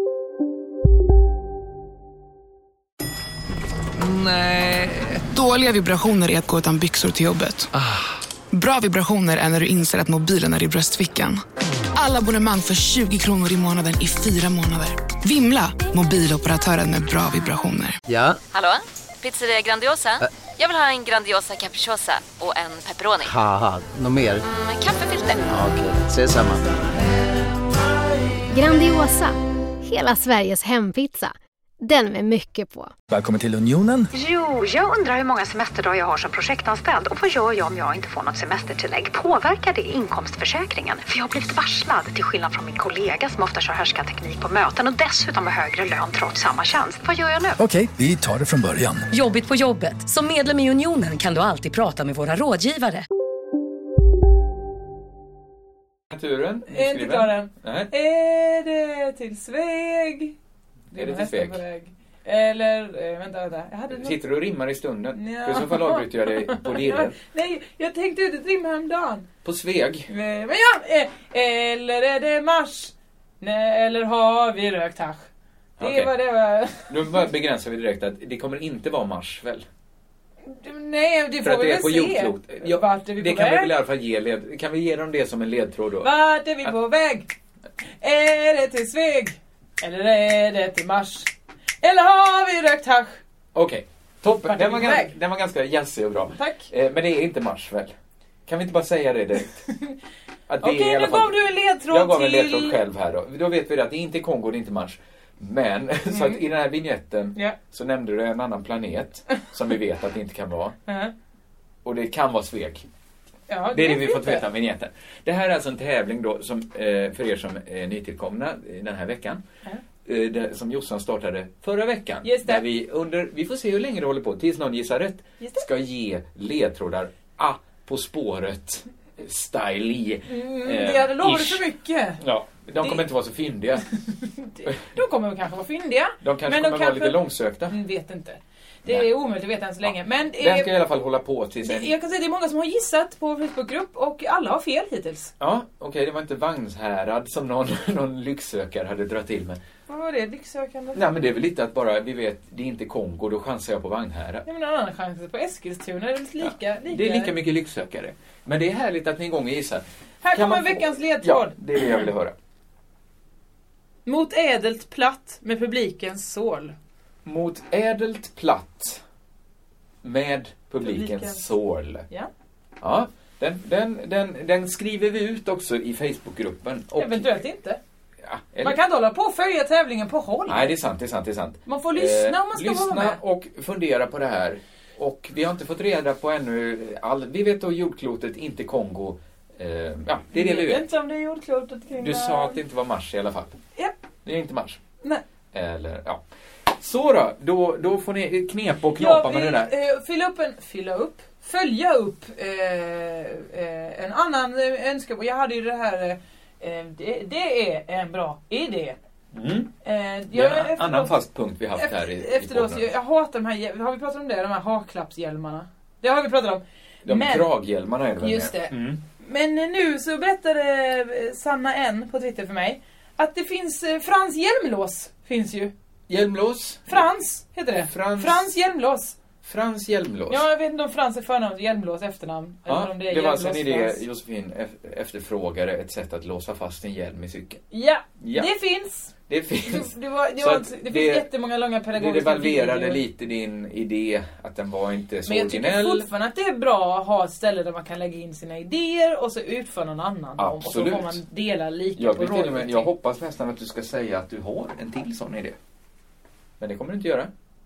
Nej. Dåliga vibrationer är att gå utan byxor till jobbet. Ah. Bra vibrationer är när du inser att mobilen är i bröstfickan. Alla abonnemang för tjugo kronor i månaden i fyra månader. Vimla, mobiloperatören med bra vibrationer. Ja. Hallå? Pizzeria Grandiosa? Ä- Jag vill ha en Grandiosa capriciosa och en pepperoni. Haha, något mer? Mm, kaffefilter. Ja, okej, okay. Ses samma. Grandiosa, hela Sveriges hempizza. Den med mycket på. Välkommen till Unionen. Jo, jag undrar hur många semesterdagar jag har som projektanställd. Och vad gör jag om jag inte får något semestertillägg? Påverkar det inkomstförsäkringen? För jag har blivit varslad, till skillnad från min kollega som ofta kör härskarteknik på möten och dessutom har högre lön trots samma tjänst. Vad gör jag nu? Okej, vi tar det från början. Jobbigt på jobbet. Som medlem i Unionen kan du alltid prata med våra rådgivare. Naturen? Är inte klar än. Nej. Är det till Sveg? Är det till Sveg? Eller, äh, vänta, vänta. Jag hade Sitter du och rimmar i stunden? Ja. För i så fall avbryter jag dig på dirren. Nej, jag tänkte ut ett rim häromdagen. På Sveg? Men ja, äh, eller är det mars? Nej, eller har vi rökt hasch? Det okay. var det var... Nu bara begränsar vi direkt att det kommer inte vara mars, väl? Nej, det får vi väl se. Ja, Vart är vi det på kan väg? vi väl i alla fall ge led... Kan vi ge dem det som en ledtråd då? Vart är vi på väg? Är det till Sveg? Eller är det till mars? Eller har vi rökt hasch? Okej, okay. Toppen. Den var, ganska, den var ganska jassig och bra. Tack. Eh, men det är inte mars, väl? Kan vi inte bara säga det direkt? Okej, okay, nu gav du en ledtråd Jag gav till... en ledtråd själv här då. Då vet vi att det är inte Kongo, det är inte mars. Men, mm. så att i den här vignetten yeah. så nämnde du en annan planet som vi vet att det inte kan vara. Uh-huh. Och det kan vara Sveg. Ja, det är det vi fått veta av vignetten. Det här är alltså en tävling då som, eh, för er som är nytillkomna den här veckan. Uh-huh. eh, det, som Jossan startade förra veckan. Just det. Där vi under, vi får se hur länge det håller på, tills någon gissar rätt, ska ge ledtrådar ah, på spåret style mm, eh, det hade lovat för mycket. Ja, de kommer det... inte vara så fyndiga. De kommer kanske vara fyndiga. De kanske men kommer de vara kanske... lite långsökta. Mm, vet inte. Det Nej. är omöjligt att veta än så länge. Men den ska eh, i alla fall hålla på tills en... Jag kan säga att det är många som har gissat på Facebookgrupp och alla har fel hittills. Ja, okej. Okay, det var inte Vagnshärad som någon, någon lycksökare hade dragit till med. Vad var det? Lycksökande? Nej, men det är väl lite att bara vi vet det är inte Kongo, då chansar jag på Vagnhärad. Ja, men en annan chans på Eskilstuna är det lika, ja, lika... Det är lika mycket lycksökare. Men det är härligt att ni en gång gissar. Här kan kommer veckans få... ledtråd. Ja, det är det jag vill höra. Mot ädelt platt med publikens sål. Mot ädelt platt med publikens Publiken. sål. Ja. Ja, den, den, den, den skriver vi ut också i Facebookgruppen. Och, eventuellt inte. Ja, eller... Man kan inte hålla på och följa tävlingen på håll. Nej, det är sant, det är sant, det är sant. Man får lyssna eh, om man ska lyssna vara med. Och fundera på det här. Och vi har inte fått reda på ännu all... Vi vet att jordklotet inte Kongo. Eh, ja, det är det vi vet. Jag vet inte om det är jordklotet kring Du sa att det inte var mars i alla fall. Ja. Det är inte mars. Nej. Eller, ja. Så då, då, då får ni knepa och knapa med det där. Eh, fylla upp en... Fylla upp? Följa upp eh, eh, en annan eh, önskemål. Jag hade ju det här... Eh, det, det är en bra idé. Mm. Eh, det är en annan fast punkt vi haft efter, här i, efter i då, jag, jag hatar de här... Har vi pratat om det? De här haklappshjälmarna. Det har vi pratat om. De Men, kraghjälmarna är det väl just med. det. Mm. Men nu så berättade Sanna N på Twitter för mig att det finns Frans hjälmlås. Finns ju. Hjälmlås? Frans heter det. Frans, Frans hjälmlås. Frans hjälmlås. Ja, jag vet inte om Frans är förnamn och hjälmlås efternamn. Ja, eller om det är det var alltså en idé Frans. Josefin efterfrågade ett sätt att låsa fast en hjälm i cykeln. Ja, ja. det finns. Det finns. Det, var, det, var, det, det finns jättemånga långa pedagogiska videor. Det devalverade lite din idé att den var inte så originell. Men jag tycker fortfarande att det är bra att ha ett ställe där man kan lägga in sina idéer och så utför någon annan dem. Och så får man dela lika jag på råd. Jag hoppas nästan att du ska säga att du har en till sån idé. Men det kommer du inte göra.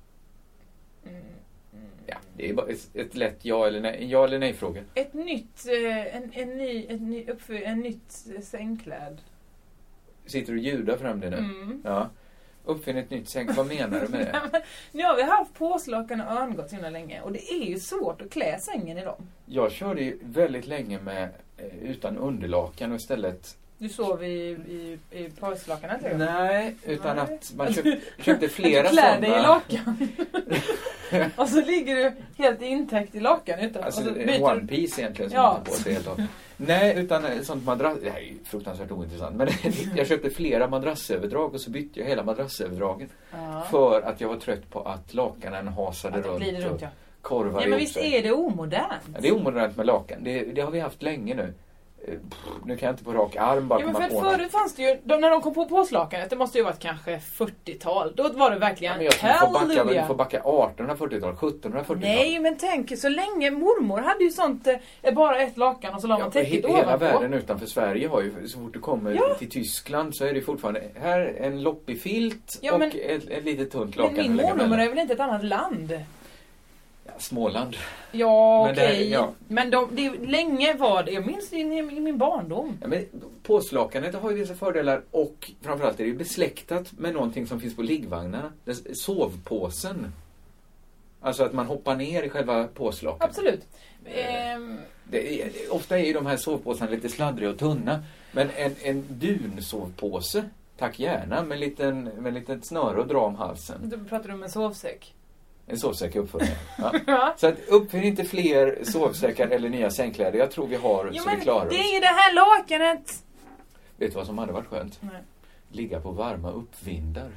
Mm. Ja, det är bara ett, ett lätt ja eller nej, ja eller nej fråga. Ett nytt en, en ny en ny uppför, en nytt sängkläd. Sitter du och ljudar fram det nu? Mm. Ja. Uppfinn ett nytt säng. Vad menar du med det? Men, nu har vi haft påslakan och örngott så länge. Och det är ju svårt att klä sängen i dem. Jag körde ju väldigt länge med utan underlakan och istället... Du sov i, i, i påslakanet? Nej, utan Nej. att man köpt, köpte flera sådana. Du klär dig i lakan. Och så ligger du helt intäckt i lakan utan. Alltså och så en one piece egentligen som ja. man tar på sig helt av. Nej, utan sånt madrass... Det här är ju fruktansvärt ointressant. Men jag köpte flera madrassöverdrag och så bytte jag hela madrassöverdragen. Ja. För att jag var trött på att lakanen hasade att runt. Blir det runt ja. Korvar ja, men visst är det omodernt? Ja, det är omodernt med lakan. Det, det har vi haft länge nu. Pff, nu kan jag inte på rak arm bara ja, men komma för på förut fanns det ju, de, när de kom på påslakanet, det måste ju varit kanske fyrtiotal. Då var det verkligen ja, men jag får backa, men du får backa artonhundrafyrtiotal, sjuttonhundrafyrtiotal. Nej, men tänk så länge mormor hade ju sånt, eh, bara ett lakan och så la man ja, täcket he- ovanpå. Hela världen utanför Sverige har ju, så fort du kommer ja. till Tyskland så är det fortfarande här en loppig filt ja, och men, ett, ett litet tunt lakan. Men min mormor är väl inte ett annat land? Ja, Småland. Ja, okej. Okay. Ja. Men de, det, länge var det. Jag minns det i, i min barndom. Ja, men påslakanet har ju vissa fördelar och framförallt är det ju besläktat med någonting som finns på liggvagnarna. Sovpåsen. Alltså att man hoppar ner i själva påslakan. Absolut. Ehm. Det är, ofta är ju de här sovpåsarna lite sladdriga och tunna. Men en, en dunsovpåse, tack gärna, med en liten, med en liten snöre och dra om halsen. Då pratar du om en sovsäck. En sovsäck uppför ja. ja. Så att uppför inte fler sovsäckar eller nya sängkläder. Jag tror vi har jo, så vi klarar oss. Det är ju det här lakanet. Vet du vad som hade varit skönt? Nej. Ligga på varma uppvindar.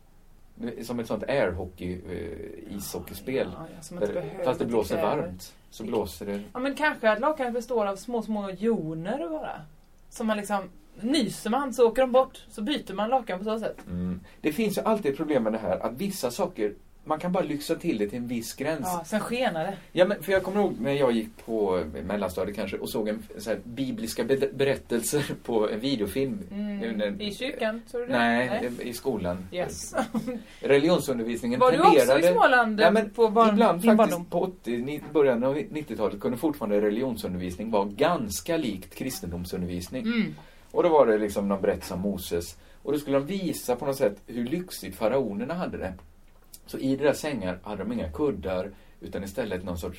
Som ett sånt airhockey uh, ishockeyspel. Ja, ja, där, fast det blåser varmt. Så blåser det. Ja, men kanske att lakanet består av små små joner bara. Som man liksom nyser man så åker de bort. Så byter man lakan på så sätt. Mm. Det finns ju alltid ett problem med det här. Att vissa saker, man kan bara lyxa till det till en viss gräns. Ja, sen skenar det. Ja, men för jag kommer ihåg när jag gick på mellanstadiet kanske och såg en så här, bibliska berättelser på en videofilm. Mm. En, I kyrkan, så du det? Nej, nej, i skolan. Yes. Religionsundervisningen var tenderade... Var du också i Småland ja, men på barn, ibland faktiskt barndom? På åttio, början av nittiotalet kunde fortfarande religionsundervisning vara ganska likt kristendomsundervisning. Mm. Och då var det liksom någon berättelse om Moses. Och då skulle de visa på något sätt hur lyxigt faraonerna hade det. Så i deras sängar hade de inga kuddar utan istället någon sorts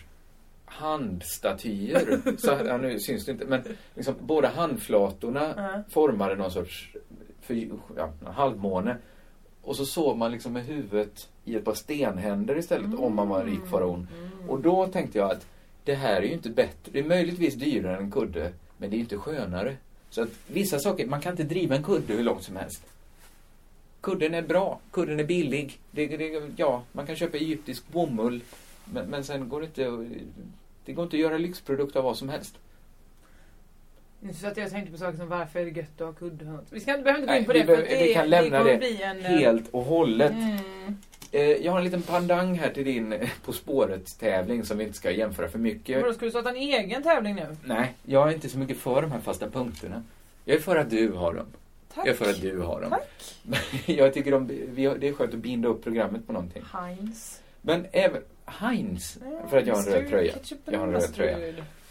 handstatyer. Så ja, nu syns det inte, men liksom båda handflatorna uh-huh. formade någon sorts för, ja, halvmåne. Och så sov man liksom med huvudet i ett par stenhänder istället mm. om man var en rik faraon. Mm. Och då tänkte jag att det här är ju inte bättre. Det är möjligtvis dyrare än en kudde, men det är ju inte skönare. Så att vissa saker, man kan inte driva en kudde hur långt som helst. Kudden är bra, kudden är billig. Det, det, ja, man kan köpa egyptisk bomull. Men, men sen går det inte det går inte att göra lyxprodukt av vad som helst. Så att jag tänkte på saker som varför är det gött att ha kudde. Vi ska inte behöva inte gå in på Nej, det. Vi, för det, vi kan lämna det, det en, helt och hållet. Mm. Eh, jag har en liten pandang här till din På spåret-tävling som vi inte ska jämföra för mycket. Men då ska du starta en egen tävling nu? Nej, jag är inte så mycket för de här fasta punkterna. Jag är för att du har dem. Tack. Jag är för att du har dem. Tack. Jag tycker de, vi har, det är skönt att binda upp programmet på någonting. Heinz. Men även Heinz, för att jag har en röd tröja. Jag har en röd tröja.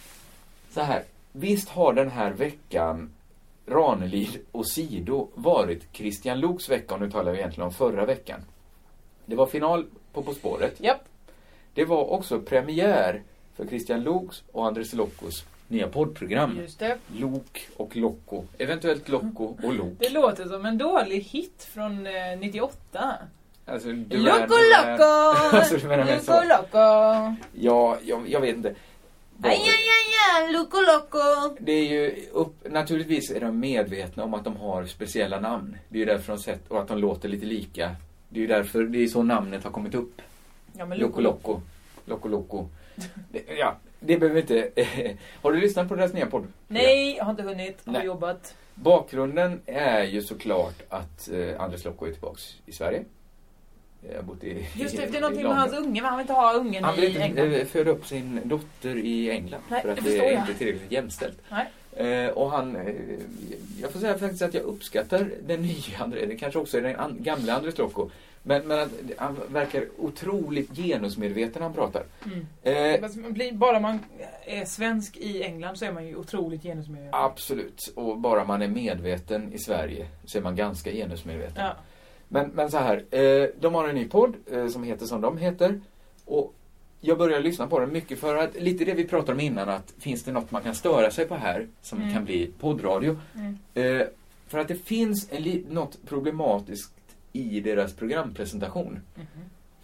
Så här, visst har den här veckan Ranelid och Sido varit Christian Loks vecka, och nu talar vi egentligen om förra veckan. Det var final på På spåret. Japp. Det var också premiär för Christian Loks och Andres Loccos nya poddprogram. Just det. Lok och Locco. Eventuellt Locco och Lok. Det låter som en dålig hit från eh, nittioåtta. Alltså, du Loco är, Loco! Alltså, du menar med så. Loco Loco! Ja, jag, jag vet inte. Aj, aj, aj, aj, Loco Loco! Det är ju upp, naturligtvis är de medvetna om att de har speciella namn. Det är ju därför de sett, och att de låter lite lika. Det är ju därför, det är så namnet har kommit upp. Ja, men Loco Loco. Loco Loco. Det, ja, det behöver inte... Har du lyssnat på deras nya podd? Nej, jag har inte hunnit. Jag har Nej. jobbat. Bakgrunden är ju såklart att eh, Andres Locco är tillbaks i Sverige. Jag har bott i, Just det, i, det är någonting i med hans unge. Han vill inte ha ungen han vill i inte England. eh, föda upp sin dotter i England. Nej, för att det det är jag. inte tillräckligt jämställt. Nej. Eh, och han, eh, jag får säga faktiskt att jag uppskattar den nya Andres, det kanske också är den an, gamla Andres Locco. Men, men att han verkar otroligt genusmedveten när han pratar. Mm. Eh, bara man är svensk i England så är man ju otroligt genusmedveten. Absolut. Och bara man är medveten i Sverige så är man ganska genusmedveten. Ja. Men, men så här, eh, de har en ny podd eh, som heter som de heter. Och jag började lyssna på den mycket för att, lite det vi pratade om innan, att finns det något man kan störa sig på här som mm. kan bli poddradio. Mm. Eh, för att det finns en li- något problematiskt i deras programpresentation. Mm.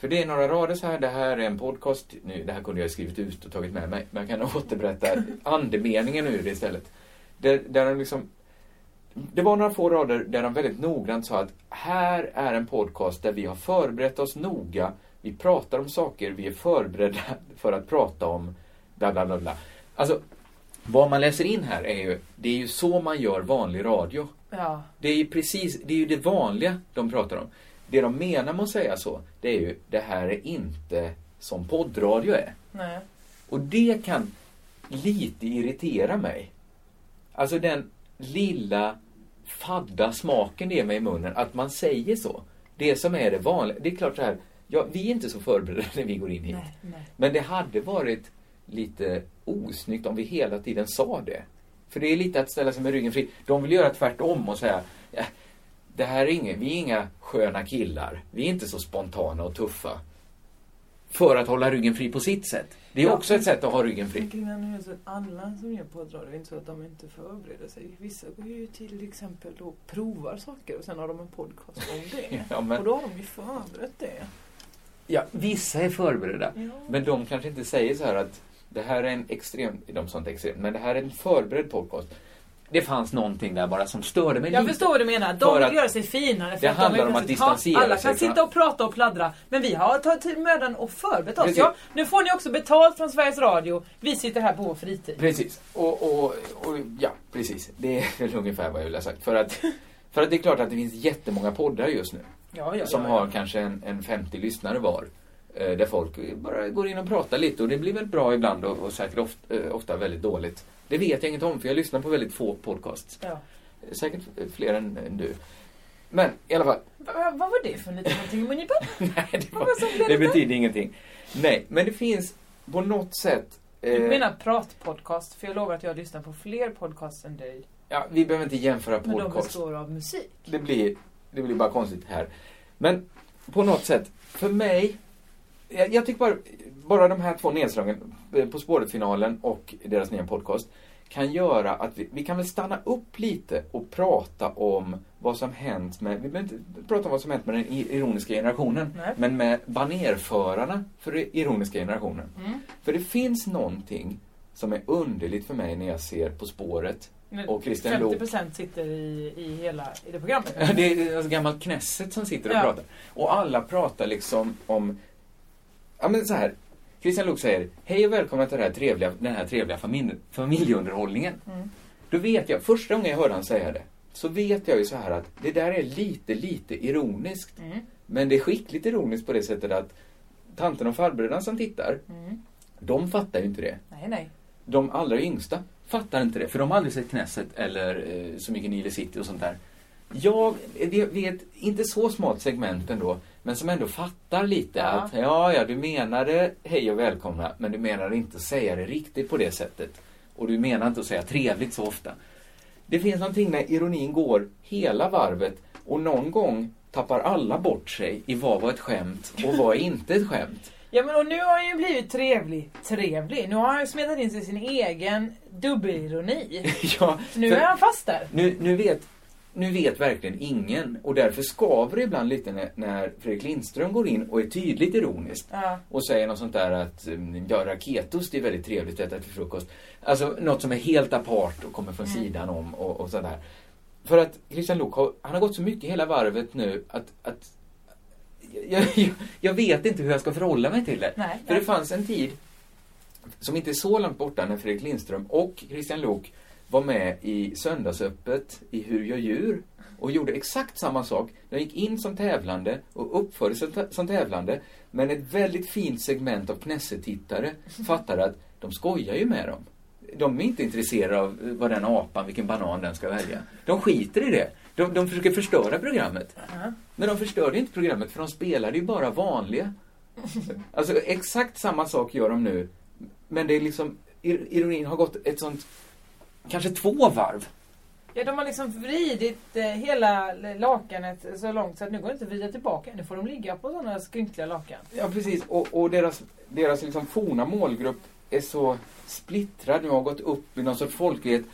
För det är några rader så här, det här är en podcast, nu, det här kunde jag skrivit ut och tagit med mig, men jag kan återberätta andemeningen ur det istället. Där, där de liksom, det var några få rader där de väldigt noggrant sa att här är en podcast där vi har förberett oss noga, vi pratar om saker, vi är förberedda för att prata om bla bla bla bla. Alltså, vad man läser in här är ju, det är ju så man gör vanlig radio. Ja. Det är ju precis, det är ju det vanliga de pratar om. Det de menar med att säga så, det är ju, det här är inte som poddradio är. Nej. Och det kan lite irritera mig. Alltså den lilla fadda smaken det är med i munnen, att man säger så. Det som är det vanliga, det är klart så här, ja, vi är inte så förberedda när vi går in hit. Nej, nej. Men det hade varit lite osnyggt om vi hela tiden sa det. För det är lite att ställa sig med ryggen fri. De vill göra tvärtom och säga, ja, det här är inga, vi är inga sköna killar. Vi är inte så spontana och tuffa. För att hålla ryggen fri på sitt sätt. Det är ja, också ett sätt att ha ryggen fri. Alla som gör poddradio är inte så att de inte förbereder sig. Vissa går ju till exempel och provar saker och sen har de en podcast om det. Ja, men, och då har de ju förberett det. Ja, vissa är förberedda. Ja. Men de kanske inte säger så här att det här är en extrem, de sa inte extrem, men det här är en förberedd podcast. Det fanns någonting där bara som störde mig. Jag lite. förstår vad du menar. De vill göra sig finare. För det att handlar de om att distansera alla sig. Alla kan sitta och prata och pladdra. Men vi har tagit till mödan och förberett oss. Ja, nu får ni också betalt från Sveriges Radio. Vi sitter här på vår fritid. Precis. Och, och, och ja, precis. Det är väl ungefär vad jag vill ha sagt. För att, för att det är klart att det finns jättemånga poddar just nu. Ja, ja, som ja, har ja. kanske en, en femtio lyssnare var. Där folk bara går in och pratar lite. Och det blir väl bra ibland och, och säkert ofta, ofta väldigt dåligt. Det vet jag inget om, för jag lyssnar på väldigt få podcasts. Ja. Säkert fler än, än du. Men i alla fall. Va, vad var det för lite någonting, Munipa? Nej, det, var, det betyder ingenting. Nej, men det finns på något sätt... Eh, du menar pratpodcast? För jag lovar att jag lyssnar på fler podcasts än dig. Ja, vi behöver inte jämföra podcast. Men de består av musik. Det blir, det blir bara konstigt här. Men på något sätt, för mig... Jag, jag tycker bara, bara de här två nedslagen, På spåret-finalen och deras nya podcast, kan göra att vi, vi kan väl stanna upp lite och prata om vad som hänt med, vi behöver inte prata om vad som hänt med den ironiska generationen, Nej. men med banerförarna för den ironiska generationen. Mm. För det finns någonting som är underligt för mig när jag ser På spåret och Christian Lok. femtio procent sitter i, i hela i det programmet. Det är ett gammalt Knesset som sitter och ja. pratar. Och alla pratar liksom om, ja men så här, Christian Lok säger, hej och välkomna till det här trevliga, den här trevliga familj, familjeunderhållningen. Mm. Då vet jag, första gången jag hörde han säga det, så vet jag ju så här att det där är lite, lite ironiskt. Mm. Men det är skickligt ironiskt på det sättet att tanten och farbröderna som tittar, mm. de fattar ju inte det. Nej, nej. De allra yngsta fattar inte det, för de har aldrig sett Knesset eller eh, så mycket Nile City och sånt där. Jag vet inte så smalt segment ändå, men som ändå fattar lite ja. att ja, ja, du menade hej och välkomna, men du menar inte att säga det riktigt på det sättet. Och du menar inte att säga trevligt så ofta. Det finns någonting när ironin går hela varvet och någon gång tappar alla bort sig i vad var ett skämt och vad är inte ett skämt. Ja, men och nu har han ju blivit trevlig. Trevlig. Nu har han ju smetat in sig sin egen dubbelironi. Ja, nu är han fast där. Nu, nu vet... Nu vet verkligen ingen, och därför skaver det ibland lite när, när Fredrik Lindström går in och är tydligt ironisk ja. och säger något sånt där att ja, raketost är väldigt trevligt att äta till frukost. Alltså något som är helt apart och kommer från mm. sidan om och, och sådär. För att Christian Lok har, han har gått så mycket hela varvet nu att, att jag, jag, jag vet inte hur jag ska förhålla mig till det. Nej, För nej. det fanns en tid som inte är så långt borta när Fredrik Lindström och Christian Lok var med i Söndagsöppet i Hur gör djur och gjorde exakt samma sak. De gick in som tävlande och uppförde sig som tävlande, men ett väldigt fint segment av Knesset-tittare fattade att de skojar ju med dem. De är inte intresserade av vad den apan, vilken banan den ska välja. De skiter i det. De, de försöker förstöra programmet. Uh-huh. Men de förstörde inte programmet, för de spelade ju bara vanliga. Alltså exakt samma sak gör de nu. Men det är liksom, ironin har gått ett sånt, kanske två varv. Ja, de har liksom vridit eh, hela lakanet så långt så att nu går det inte att vrida tillbaka. Nu får de ligga på sådana skrynkliga lakan. Ja, precis. Och, och deras, deras liksom forna målgrupp är så splittrad. Nu har gått upp i någon sorts folklighet.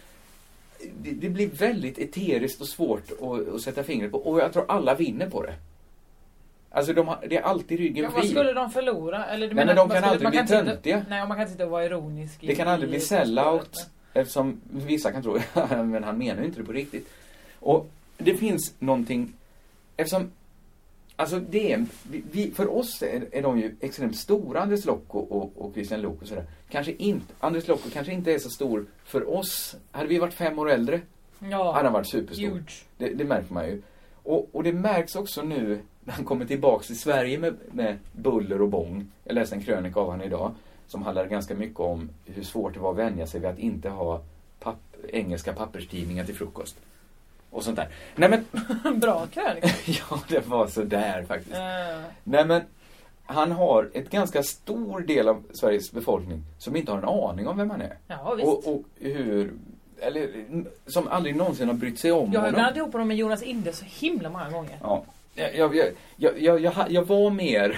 Det, det blir väldigt eteriskt och svårt att, att sätta fingret på. Och jag tror alla vinner på det. Alltså de har, det är alltid ryggen ja, fri. Vad skulle de förlora? Eller du nej, menar men de att kan skulle, aldrig bli kan töntiga. Inte, nej, och man kan inte vara ironisk. Det kan i, aldrig bli i sellout. Eftersom vissa kan tro, men han menar ju inte det på riktigt. Och det finns någonting, eftersom, alltså det är, vi, för oss är, är de ju extremt stora, Andres Lokko och, och Christian Luuk och sådär. Kanske inte, Andres Lokko kanske inte är så stor för oss. Hade vi varit fem år äldre, ja, hade han varit superstor. Det, det märker man ju. Och, och det märks också nu när han kommer tillbaka till Sverige med, med buller och bång. Jag läste en krönika av han idag som handlade ganska mycket om hur svårt det var att vänja sig vid att inte ha papp, engelska papperstidningar till frukost. Och sånt där. Nej men bra krönika. ja, det var så där faktiskt. Uh. Nej men han har ett ganska stor del av Sveriges befolkning som inte har en aning om vem han är. Ja, visst. Och, och hur, eller som aldrig någonsin har brytt sig om jag har honom. blandat ihop honom med Jonas Inde så himla många gånger. Ja. Jag, jag, jag, jag, jag, jag var mer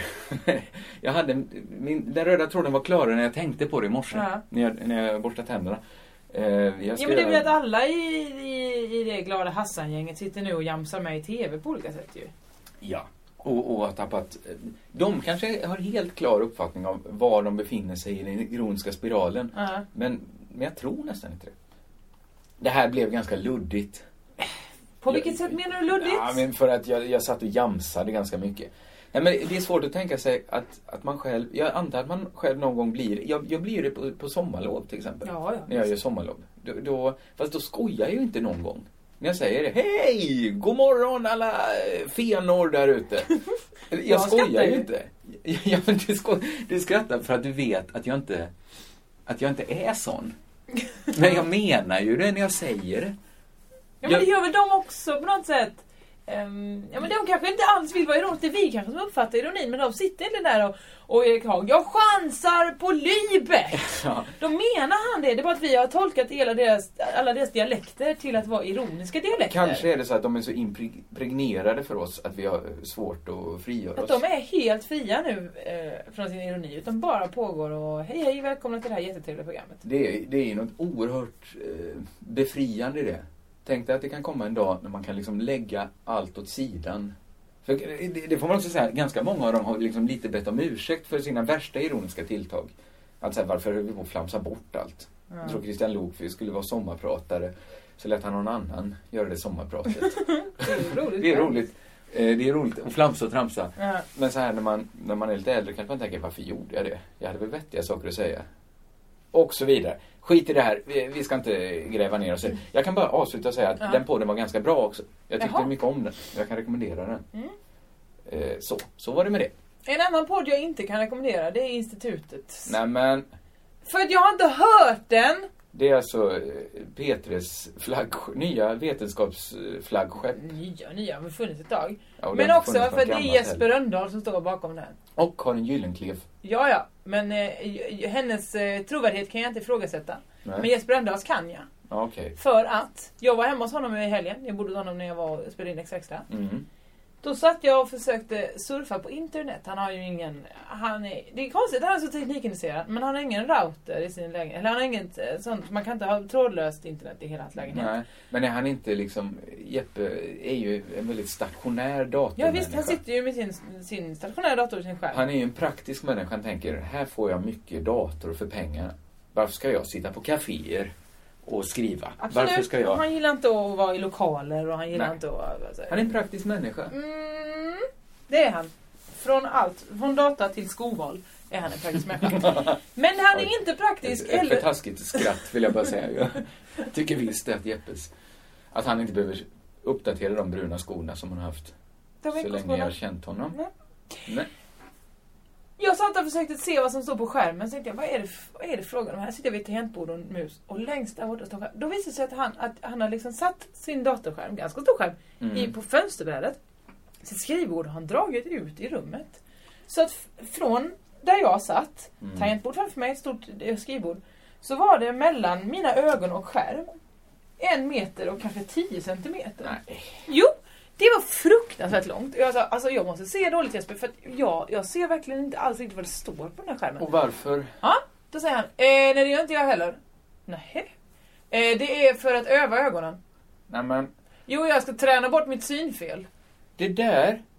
jag hade min, den röda tråden var klarare när jag tänkte på det i morse. Ja. När jag, när jag borstade tänderna. Eh, jag ja, men det är väl att alla i, i, i det glada Hassan-gänget sitter nu och jamsar med i tv på olika sätt ju. Ja. Och, och har tappat. De kanske har helt klar uppfattning om var de befinner sig i den ironiska spiralen. Ja. Men, men jag tror nästan inte det. Det här blev ganska luddigt. På vilket sätt menar du luddigt? Ja, men för att jag, jag satt och jamsade ganska mycket. Nej, men det är svårt att tänka sig att, att man själv, jag antar att man själv någon gång blir, jag, jag blir det på, på sommarlov till exempel. Ja, ja. När jag gör sommarlov. Då, då, fast då skojar jag ju inte någon gång. När jag säger det, hej, god morgon alla fenor där ute. Jag, jag skojar ju inte. Ja, men du, sko, du skrattar för att du vet att jag inte, att jag inte är sån. Men jag menar ju det när jag säger det. Ja, men det gör väl de också på något sätt. Um, ja, men de kanske inte alls vill vara ironiska. Det är vi kanske som uppfattar ironin. Men de sitter inte där och, och Erik Haag, jag chansar på Lübeck. Ja. Då menar han det. Det är bara att vi har tolkat hela deras, alla deras dialekter till att vara ironiska dialekter. Kanske är det så att de är så impregnerade för oss att vi har svårt att frigöra att oss. de är helt fria nu eh, från sin ironi. Utan bara pågår och hej hej, välkomna till det här jättetrevliga programmet. Det är, det är något oerhört eh, befriande i det. Tänk dig att det kan komma en dag när man kan liksom lägga allt åt sidan. För det, det får man också säga, ganska många av dem har liksom lite bett om ursäkt för sina värsta ironiska tilltag. Att säga, varför har vi på att flamsa bort allt? Ja. Jag tror Christian Luuk skulle vara sommarpratare. Så lät han någon annan göra det sommarpratet. Det är roligt. Det är roligt. Eh, det är roligt att flamsa och tramsa. Ja. Men så här när man, när man är lite äldre kan man tänka, varför gjorde jag det? Jag hade väl vettiga saker att säga. Och så vidare. Skit i det här. Vi, vi ska inte gräva ner oss. Jag kan bara avsluta och säga att ja. den podden var ganska bra också. Jag tyckte Jaha. mycket om den. Jag kan rekommendera den. Mm. Eh, så. Så var det med det. En annan podd jag inte kan rekommendera, det är Institutet. Nej men... För att jag har inte hört den. Det är alltså Petres flagg, nya vetenskapsflaggskepp. Nya, nya. Har funnits ett tag. Ja, men också för att det är Jesper Rönndahl som står bakom den. Och Karin Gyllenklev. Ja, ja. Men eh, hennes eh, trovärdighet kan jag inte ifrågasätta. Nej. Men Jesper Rönndahls kan jag. Okay. För att jag var hemma hos honom i helgen. Jag bodde hos honom när jag var och spelade in Extra Extra. Mm. Då satt jag och försökte surfa på internet. Han har ju ingen... Han är, det är konstigt att han är så teknikintresserad. Men han har ingen router i sin lägenhet. Eller han har inget sånt. Man kan inte ha trådlöst internet i hela hans lägenhet. Nej, men är han inte liksom... Jeppe är ju en väldigt stationär dator. Ja visst, han sitter ju med sin, sin stationära dator i sin skärm. Han är ju en praktisk människa. Han tänker, här får jag mycket dator för pengar. Varför ska jag sitta på kaféer och skriva? Absolut. Varför ska jag... Han gillar inte att vara i lokaler och han gillar Nej. inte att... Alltså, han är en praktisk människa. Mm, det är han. Från allt. Från data till skoval är han en praktisk människa. Men han är Oj. inte praktisk. Ett, eller... ett för taskigt skratt vill jag bara säga. Jag tycker visst att Jeppes... Att han inte behöver uppdatera de bruna skorna som han har haft. Så länge jag har känt honom. Nej. Nej. Jag satt och försökte se vad som står på skärmen. Så tänkte jag, vad är det, vad är det frågan om? Här sitter jag vid ett tangentbord och en mus. Och längst där borta står skärm. Då visade det sig att han, att han har liksom satt sin datorskärm, ganska stor skärm, mm. i, på fönsterbrädet. Sitt skrivbord har han dragit ut i rummet. Så att från där jag satt, mm. tangentbord framför mig, ett stort skrivbord, så var det mellan mina ögon och skärm en meter och kanske tio centimeter. Nej. Jo! Det var fruktansvärt långt. Jag sa, alltså jag måste se dåligt Jesper, för att jag, jag ser verkligen inte alls riktigt vad det står på den här skärmen. Och varför? Ja, då säger han, eh, nej det gör inte jag heller. Nej. Eh, det är för att öva ögonen. Nej men... Jo, jag ska träna bort mitt synfel. Det där,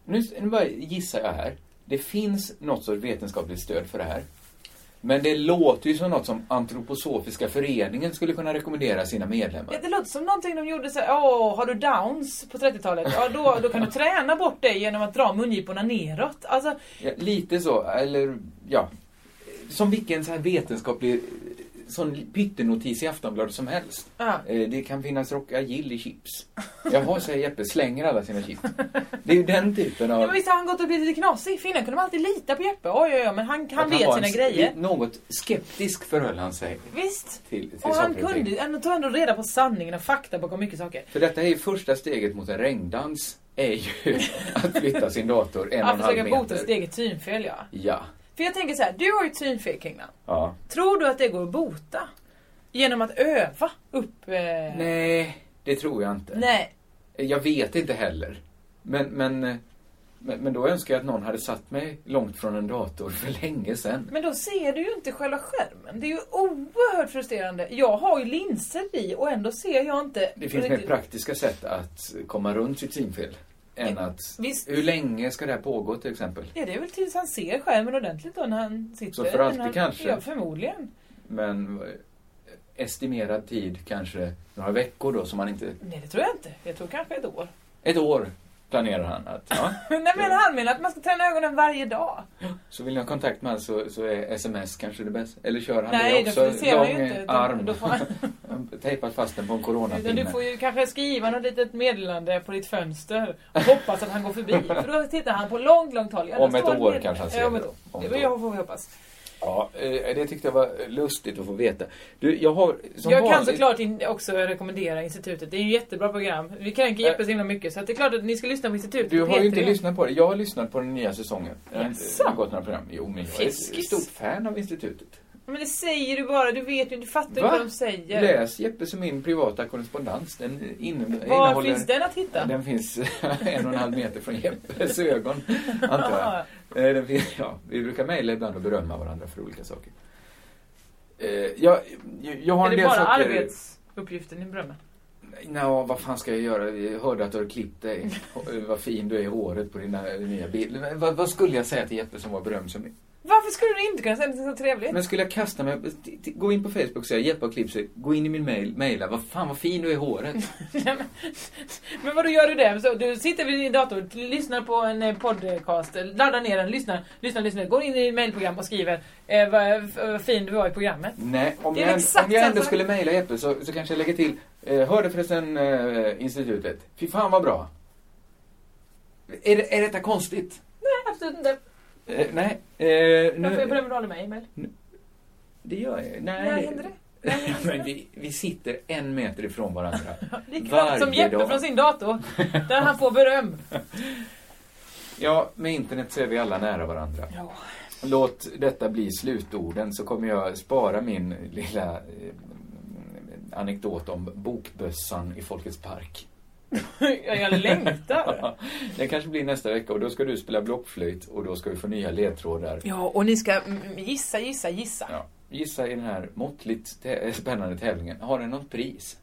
Nu, nu bara gissar jag här. Det finns något sorts vetenskapligt stöd för det här. Men det låter ju som något som Antroposofiska föreningen skulle kunna rekommendera sina medlemmar. Ja, det låter som någonting de gjorde så här, åh, har du Downs på trettiotalet? Ja, då, då kan du träna bort det genom att dra mungiporna neråt. Alltså... Ja, lite så, eller ja. Som vilken så här vetenskaplig sån pyttenotis i Aftonbladet som helst. Ja. Eh, det kan finnas rockagill i chips. Jaha, säger Jeppe, slänger alla sina chips. Det är ju den typen av... Ja, men visst har han gått och blivit lite knasig. Finnen kunde man alltid lita på Jeppe. Oj, oj, oj, men han, han vet sina grejer. Något skeptisk förhöll han sig. Visst. Till, till och han kunde ändå ta ändå reda på sanningen och fakta bakom mycket saker. För detta är ju första steget mot en regndans. Är ju att flytta sin dator en och en halv meter. Att försöka bota sitt eget synfel, ja. Ja. För jag tänker så här, du har ju ett synfel, Kringlan. Ja. Tror du att det går att bota? Genom att öva upp... Eh... Nej, det tror jag inte. Nej. Jag vet inte heller. Men, men, men, men då önskar jag att någon hade satt mig långt från en dator för länge sedan. Men då ser du ju inte själva skärmen. Det är ju oerhört frustrerande. Jag har ju linser i och ändå ser jag inte... Det finns mer praktiska sätt att komma runt sitt synfel. Än att, visst. Hur länge ska det här pågå till exempel? Ja, det är väl tills han ser skärmen ordentligt då när han sitter. Så för alltid han, kanske? Ja, förmodligen. Men estimerad tid kanske några veckor då som man inte... Nej, det tror jag inte. Jag tror kanske ett år. Ett år planerar han att... Ja. Nej, men han menar att man ska träna ögonen varje dag. Så vill ni ha kontakt med han så, så är sms kanske det bästa. Eller kör han Nej, det också? Nej, det ser man ju Lång inte. arm. Då får man... Tejpat fast den på en coronapinne. Du får ju kanske skriva något litet meddelande på ditt fönster och hoppas att han går förbi. För då tittar han på långt, långt håll. Om ett år med... kanske han ser ja, det. Om ett år. Om ett år. Jag får vi hoppas. Ja, det tyckte jag var lustigt att få veta. Du, jag har, som jag kan vanligt... såklart in, också rekommendera institutet. Det är ju ett jättebra program. Vi kan inte hjälpa så himla mycket. Så att det är klart att ni ska lyssna på institutet. Du har ju inte lyssnat på det. Jag har lyssnat på den nya säsongen. Jag har Jaså? inte gått några program. Jo, men jag är ett stort fan av institutet. Men det säger du bara. Du vet ju, du fattar inte vad de säger. Läs Jeppe som min privata korrespondens. Den in, Var innehåller... finns den att hitta? Den finns en och en halv meter från Jeppes ögon, antar jag. Den finns, ja, vi brukar mejla ibland och berömma varandra för olika saker. Jag, jag har är en det del bara saker... arbetsuppgiften i berömmer? Nå, vad fan ska jag göra? Jag hörde att du har klippt dig. Vad fin du är i håret på dina nya bilder. Vad, vad skulle jag säga till Jeppe som var berömd som... Varför skulle du inte kunna säga det så trevligt? Men skulle jag kasta mig... Gå in på Facebook och säga Jeppe har klippt sig. Gå in i min mail, mejla. Vad fan, vad fin du är i håret. men, men vad då gör du det? Så du sitter vid din dator, lyssnar på en podcast, laddar ner den, lyssnar, lyssnar, lyssnar. Går in i din mailprogram och skriver eh, vad, vad fin du var i programmet. Nej, om jag, om jag ändå skulle mejla Jeppe så, så kanske jag lägger till eh, hörde förresten eh, institutet. Fy fan vad bra. Är, det, är detta konstigt? Nej, absolut inte. Eh, nej. Eh, nu, Varför är berömmer du aldrig mig, Emil? Det gör jag. Nej. När händer det? Nej, men vi, vi sitter en meter ifrån varandra. Likadant som Jeppe dag. Från sin dator. Där han får beröm. Ja, med internet så är vi alla nära varandra. Ja. Låt detta bli slutorden så kommer jag spara min lilla eh, anekdot om bokbössan i Folkets park. Jag längtar. Det kanske blir nästa vecka och då ska du spela blockflöjt och då ska vi få nya ledtrådar. Ja, och ni ska gissa, gissa, gissa. Ja, gissa i den här måttligt tä- spännande tävlingen. Har den något pris?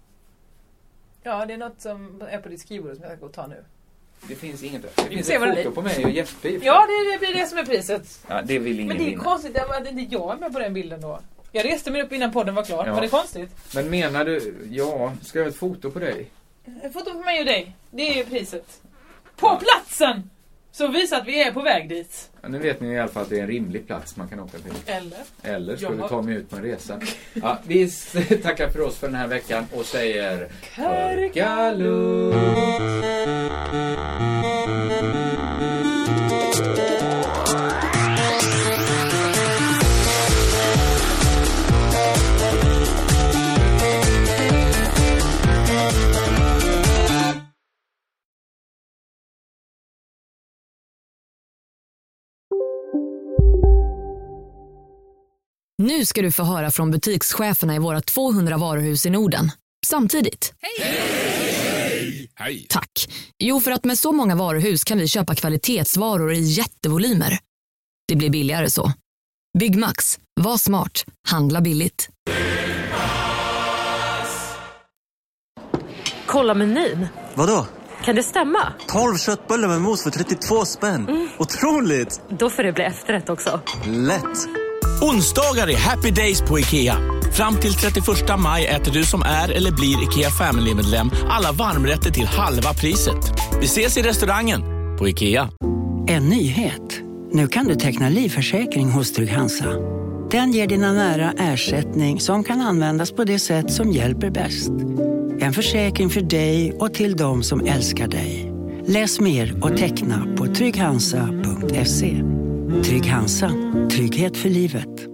Ja, det är något som är på ditt skrivbord som jag ska gå och ta nu. Det finns inget. Det vi finns ett foto på mig och Jeppe. Ja, det, det blir det som är priset. Ja, det vill ingen Men det är vinna. konstigt att inte jag är med på den bilden då. Jag reste mig upp innan podden var klar. Ja. Var det konstigt? Men menar du, ja, ska jag ha ett foto på dig? Ett foto på mig och dig. Det är ju priset. På ja. Platsen! Så visar att vi är på väg dit. Ja, nu vet ni i alla fall att det är en rimlig plats man kan åka till. Eller? Eller ska har... vi ta mig ut på en resa. Ja, vi tackar för oss för den här veckan och säger Körkalut! Nu ska du få höra från butikscheferna i våra tvåhundra varuhus i Norden. Samtidigt. Hej! Hej! Hej! Tack. Jo, för att med så många varuhus kan vi köpa kvalitetsvaror i jättevolymer. Det blir billigare så. Byggmax. Var smart. Handla billigt. Kolla menyn. Vadå? Kan det stämma? tolv köttbullar med mos för trettiotvå spänn. Mm. Otroligt! Då får det bli efterrätt också. Lätt! Onsdagar är happy days på IKEA. Fram till trettioförsta maj äter du som är eller blir IKEA Family-medlem alla varmrätter till halva priset. Vi ses i restaurangen på IKEA. En nyhet. Nu kan du teckna livförsäkring hos Trygg Hansa. Den ger dina nära ersättning som kan användas på det sätt som hjälper bäst. En försäkring för dig och till de som älskar dig. Läs mer och teckna på trygg hansa punkt se. Trygg Hansa. Trygghet för livet.